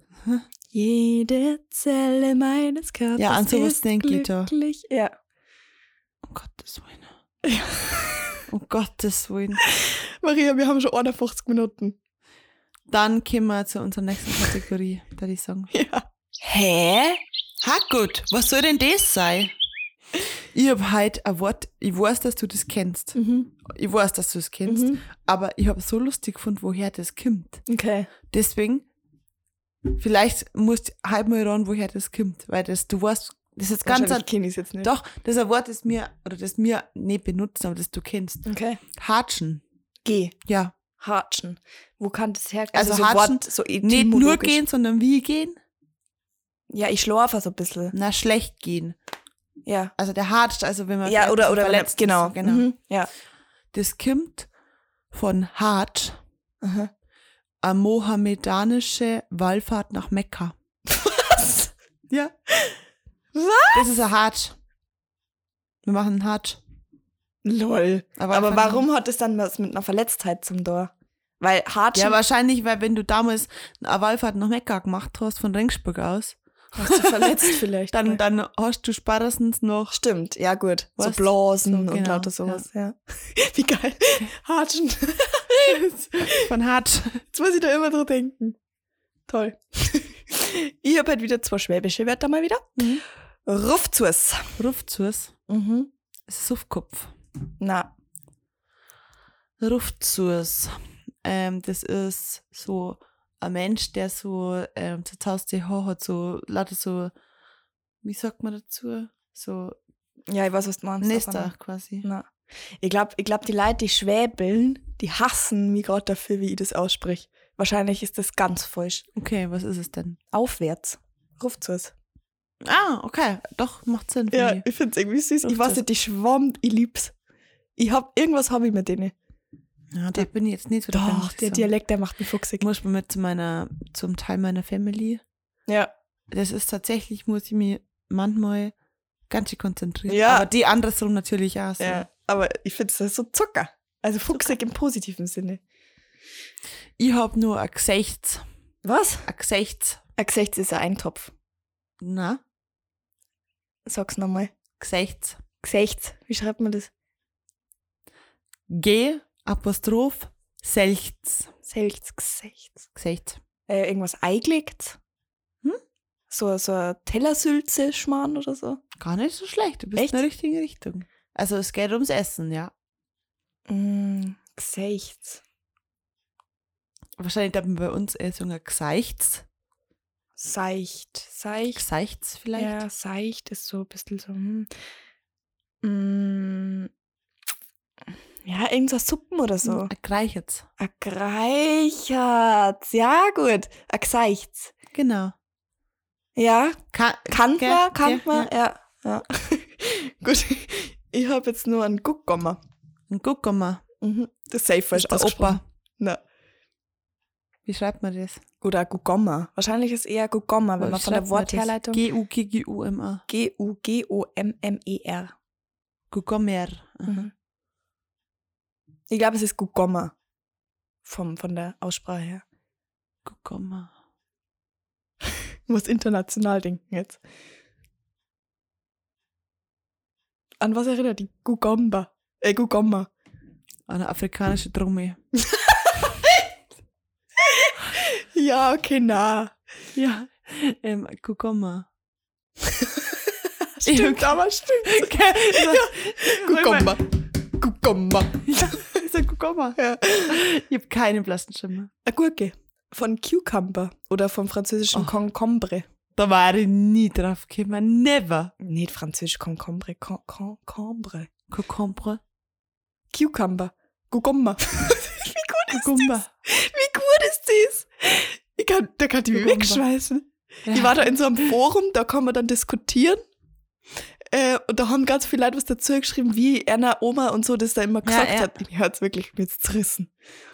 B: Jede Zelle meines Körpers
C: Ja, an sowas
B: ist
C: denk ich da.
B: glücklich. Ja.
C: um Gottes Willen. Um Gottes Willen.
B: Maria, wir haben schon einundfünfzig Minuten.
C: Dann kommen wir zu unserer nächsten Kategorie, da ich sagen.
B: Ja. Hä?
C: Ha gut, was soll denn das sein? Ich hab heute ein Wort, ich weiß, dass du das kennst.
B: Mhm.
C: Ich weiß, dass du es kennst,
B: Mhm.
C: aber ich habe so lustig gefunden, woher das kommt.
B: Okay.
C: Deswegen, vielleicht musst du halt mal ran, woher das kommt, weil das, du weißt, das ist ganz,
B: Wahrscheinlich kenn ich's jetzt nicht.
C: doch, das ist ein Wort, das mir, oder das mir nicht benutzen, aber das du kennst.
B: Okay.
C: Hatschen.
B: Geh.
C: Ja.
B: Hatschen. Wo kann das herkommen?
C: Also
B: so
C: hatschen,
B: Wort, so
C: Nicht nur
B: etymologisch.
C: gehen, sondern wie gehen?
B: Ja, ich schlafe so ein bisschen.
C: Na, schlecht gehen.
B: Ja.
C: Also der hatscht, also wenn man
B: Ja,
C: vielleicht
B: oder,
C: so
B: oder
C: verletzt
B: genau.
C: ist. Genau.
B: Mhm. Ja.
C: Das kommt von Hajj,
B: Aha.
C: eine mohammedanische Wallfahrt nach Mekka.
B: Was?
C: Ja.
B: Was?
C: Das ist ein Hajj. Wir machen einen Hajj.
B: Lol.
C: Aber,
B: Aber
C: einfach-
B: warum hat das dann was mit einer Verletztheit zum Tor? Weil Hatschen
C: Ja, wahrscheinlich, weil wenn du damals eine Wallfahrt nach Mekka gemacht hast, von Ringsburg aus,
B: hast du verletzt vielleicht.
C: dann, dann hast du spätestens noch.
B: Stimmt, ja gut.
C: Weißt,
B: so Blasen
C: so,
B: und
C: genau,
B: lauter sowas, ja. Wie geil. Hatschen.
C: Von Hajj.
B: Jetzt muss ich da immer dran denken. Toll. Ich habe halt wieder zwei schwäbische Wörter mal wieder.
C: Mhm.
B: Rufzus.
C: Rufzus.
B: Mhm.
C: Das ist Suffkopf.
B: Na,
C: Rufzus. Ähm, das ist so ein Mensch, der so ähm, zu Hause Haar hat, so lauter so, wie sagt man dazu? So
B: ja, ich weiß, was du meinst.
C: Nester
B: aber-
C: quasi.
B: Na. Ich glaube, ich glaub, die Leute, die schwäbeln, die hassen mich gerade dafür, wie ich das ausspreche. Wahrscheinlich ist das ganz falsch.
C: Okay, was ist es denn?
B: Aufwärts. Rufzus.
C: Ah, okay, doch, macht Sinn für
B: Ja,
C: mich.
B: ich finde es irgendwie süß. Ich
C: Rufzus.
B: weiß nicht, die schwammt, ich lieb's. Ich hab, irgendwas habe ich mit denen.
C: Ja, da bin ich jetzt nicht so dabei, muss
B: Doch,
C: ich
B: der
C: sagen.
B: Dialekt, der macht mich fuchsig.
C: Ich muss mal mit zu meiner, zum Teil meiner Family.
B: Ja.
C: Das ist tatsächlich, muss ich mich manchmal ganz schön konzentrieren.
B: Ja.
C: Aber die andersrum natürlich auch so.
B: Ja, aber ich finde es so Zucker. Also fuchsig im positiven Sinne.
C: Ich hab nur ein Gesichts.
B: Was?
C: Ein Gesichts.
B: Ein Gesicht ist ein Eintopf.
C: Na,
B: Sag's nochmal.
C: Gesichts.
B: Gesicht. Wie schreibt man das?
C: G, Apostroph, Selchts.
B: Selchts Gesicht.
C: Gesichts.
B: Äh, irgendwas eingelegt?
C: Hm?
B: So, so ein Tellersülze schmarrn oder so?
C: Gar nicht so schlecht. Du bist
B: Echt?
C: in der richtigen Richtung. Also es geht ums Essen, ja.
B: Mm, Gesicht.
C: Wahrscheinlich darf man bei uns eher sagen, Gesichts.
B: Seicht. Seicht.
C: Gesichts vielleicht.
B: Ja, seicht ist so ein bisschen so. Hm. Mm, ja, irgend so Suppen oder so.
C: Ein Greichert's.
B: A Greichert's. Ja, gut. A Gesichts.
C: Genau.
B: Ja,
C: Ka
B: kannt
C: Gell?
B: man, kannt
C: Ja,
B: man. Ja, ja. Gut. Ich habe jetzt nur einen Guckgommer.
C: Ein Guckummer.
B: Mhm. Das ist safe falsch
C: ist der
B: ausgesprochen.
C: Opa.
B: Na.
C: Wie schreibt man das?
B: Oder Guggommer. Wahrscheinlich ist eher Guggommer, wenn
C: Wie
B: man von der
C: schreibt man das?
B: Wortherleitung.
C: G U G G U M A.
B: G U G O M M E R.
C: Guckummer.
B: Mhm. Ich glaube, es ist Guggommer. Vom, von der Aussprache her.
C: Guckummer.
B: muss international denken jetzt. An was erinnert die Gugomba? Äh, Gugomma.
C: Eine afrikanische Drohne.
B: Ja, okay, na.
C: Ja, ähm, Gugomma.
B: Stimmt,
C: okay.
B: aber stimmt.
C: Okay.
B: Ja. Gugomma. Gugomma.
C: Ja, ist ein Gugomma.
B: Ja.
C: Ich habe keinen blassen Schimmer.
B: Eine Gurke. Von Cucumber oder vom französischen
C: Oh.
B: Concombre.
C: Da war ich nie drauf gekommen. Never.
B: Nicht französisch Concombre. Con Concombre.
C: Concombre.
B: Cucumber. Gugomma. Wie gut ist
C: Gugomba.
B: das? Wie gut ist das? Ich kann, da kann ich mich
C: Gugomba.
B: wegschmeißen.
C: Ja.
B: Ich war da in so einem Forum, da kann man dann diskutieren. Äh, und da haben ganz viele Leute was dazu geschrieben, wie Erna Oma und so das da immer gesagt
C: ja.
B: hat. Ich hört's wirklich mir jetzt zerrissen.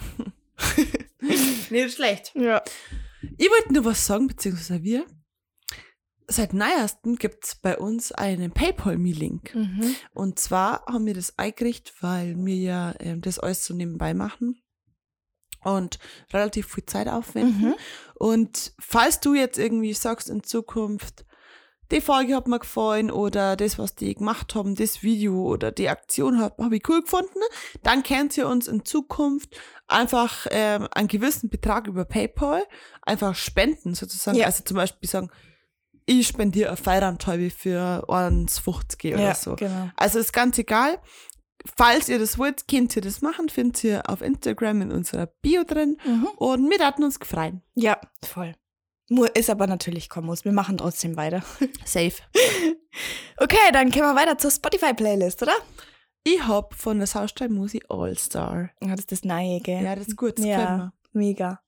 C: Nicht schlecht.
B: Ja.
C: Ich wollte nur was sagen, beziehungsweise wir. Seit neuestem gibt es bei uns einen PayPal-Me-Link.
B: Mhm.
C: Und zwar haben wir das eingerichtet, weil wir ja ähm, das alles so nebenbei machen und relativ viel Zeit aufwenden.
B: Mhm.
C: Und falls du jetzt irgendwie sagst in Zukunft, die Folge hat mir gefallen oder das, was die gemacht haben, das Video oder die Aktion habe hab ich cool gefunden, dann könnt ihr uns in Zukunft einfach ähm, einen gewissen Betrag über PayPal einfach spenden sozusagen.
B: Ja.
C: Also zum Beispiel sagen, ich spendiere eine Feierabendtäube für eins fünfzig oder
B: Ja,
C: so.
B: genau.
C: Also ist ganz egal. Falls ihr das wollt, könnt ihr das machen, findet ihr auf Instagram in unserer Bio drin
B: Mhm.
C: und wir hatten uns gefreut.
B: Ja, voll. Mu- Ist aber natürlich Kommos. Wir machen trotzdem weiter.
C: Safe.
B: Okay, dann gehen wir weiter zur Spotify-Playlist, oder?
C: Ich hab von der Saustall Musi All-Star.
B: Ja, das ist das Neue, gell?
C: Ja, das ist gut, das
B: Ja.
C: gefällt mir.
B: Mega.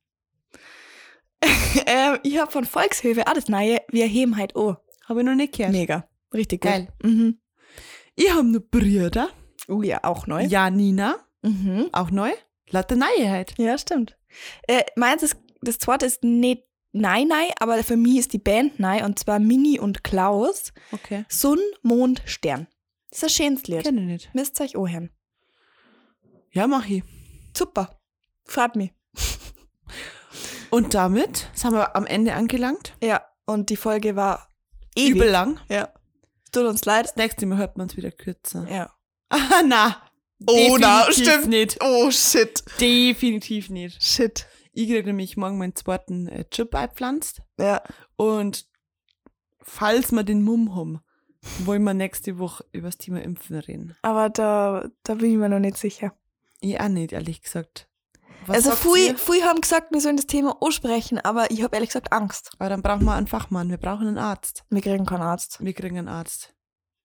B: ähm, ich hab von Volkshöfe auch das Neue, wir heben halt oh.
C: Habe ich noch nicht gehört.
B: Mega. Richtig gut.
C: Geil.
B: Mhm.
C: Ich hab noch Brüder.
B: Oh ja, auch neu.
C: Janina,
B: Mhm.
C: auch neu. Lauter Neuheit.
B: Ja, stimmt. Äh, meins ist, das zweite ist nicht Nein, Nein, aber für mich ist die Band Nein und zwar Mini und Klaus.
C: Okay.
B: Sonn, Mond, Stern. Das ist ein schönes Lied.
C: Kenn ich nicht.
B: Müsst ihr euch auch hören.
C: Ja, mach ich.
B: Super. Freut mich.
C: Und damit sind wir am Ende angelangt.
B: Ja, und die Folge war ewig.
C: Übel lang.
B: Ja. Tut uns leid.
C: Das nächste Mal hört man es wieder kürzer.
B: Ja.
C: Ah, na.
B: Oh, na,
C: Definitiv
B: stimmt.
C: nicht.
B: Oh, shit.
C: Definitiv nicht.
B: Shit.
C: Ich kriege nämlich morgen meinen zweiten äh, Chip eingepflanzt.
B: Ja.
C: Und falls wir den Mumm haben, wollen wir nächste Woche über das Thema Impfen reden.
B: Aber da, da bin ich mir noch nicht sicher.
C: Ich auch nicht, ehrlich gesagt. Was
B: also,
C: sagt
B: viele
C: ihr?
B: viele haben gesagt, wir sollen das Thema ansprechen, aber ich habe ehrlich gesagt Angst.
C: Aber dann brauchen wir einen Fachmann. Wir brauchen einen Arzt.
B: Wir kriegen keinen Arzt.
C: Wir kriegen einen Arzt.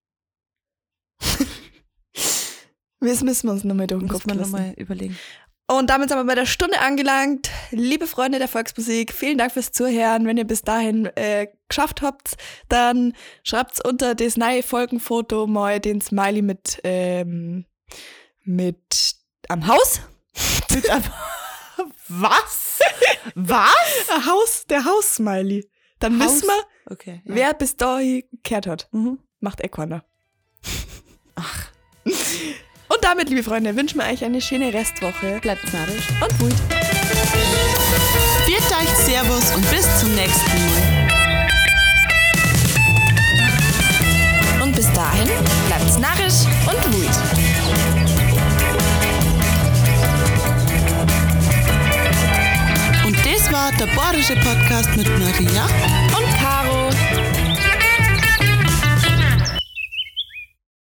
B: Das müssen wir uns nochmal durch den Kopf
C: Muss man
B: lassen.
C: nochmal überlegen.
B: Und damit sind wir bei der Stunde angelangt. Liebe Freunde der Volksmusik, vielen Dank fürs Zuhören. Wenn ihr bis dahin äh, geschafft habt, dann schreibt unter das neue Folgenfoto mal den Smiley mit, ähm, mit am Haus.
C: Mit einem Was? Was?
B: Ein Haus, der Haus-Smiley. Dann
C: Haus?
B: wissen wir,
C: Okay. Ja.
B: wer bis dahin gekehrt hat.
C: Mhm.
B: Macht eh keiner.
C: Ach,
B: Und damit, liebe Freunde, wünschen wir euch eine schöne Restwoche.
C: bleibt narrisch.
B: Und gut.
C: Viert euch, Servus und bis zum nächsten Mal.
A: Und bis dahin bleibt's narrisch und wut.
C: Und das war der Bayerische Podcast mit Maria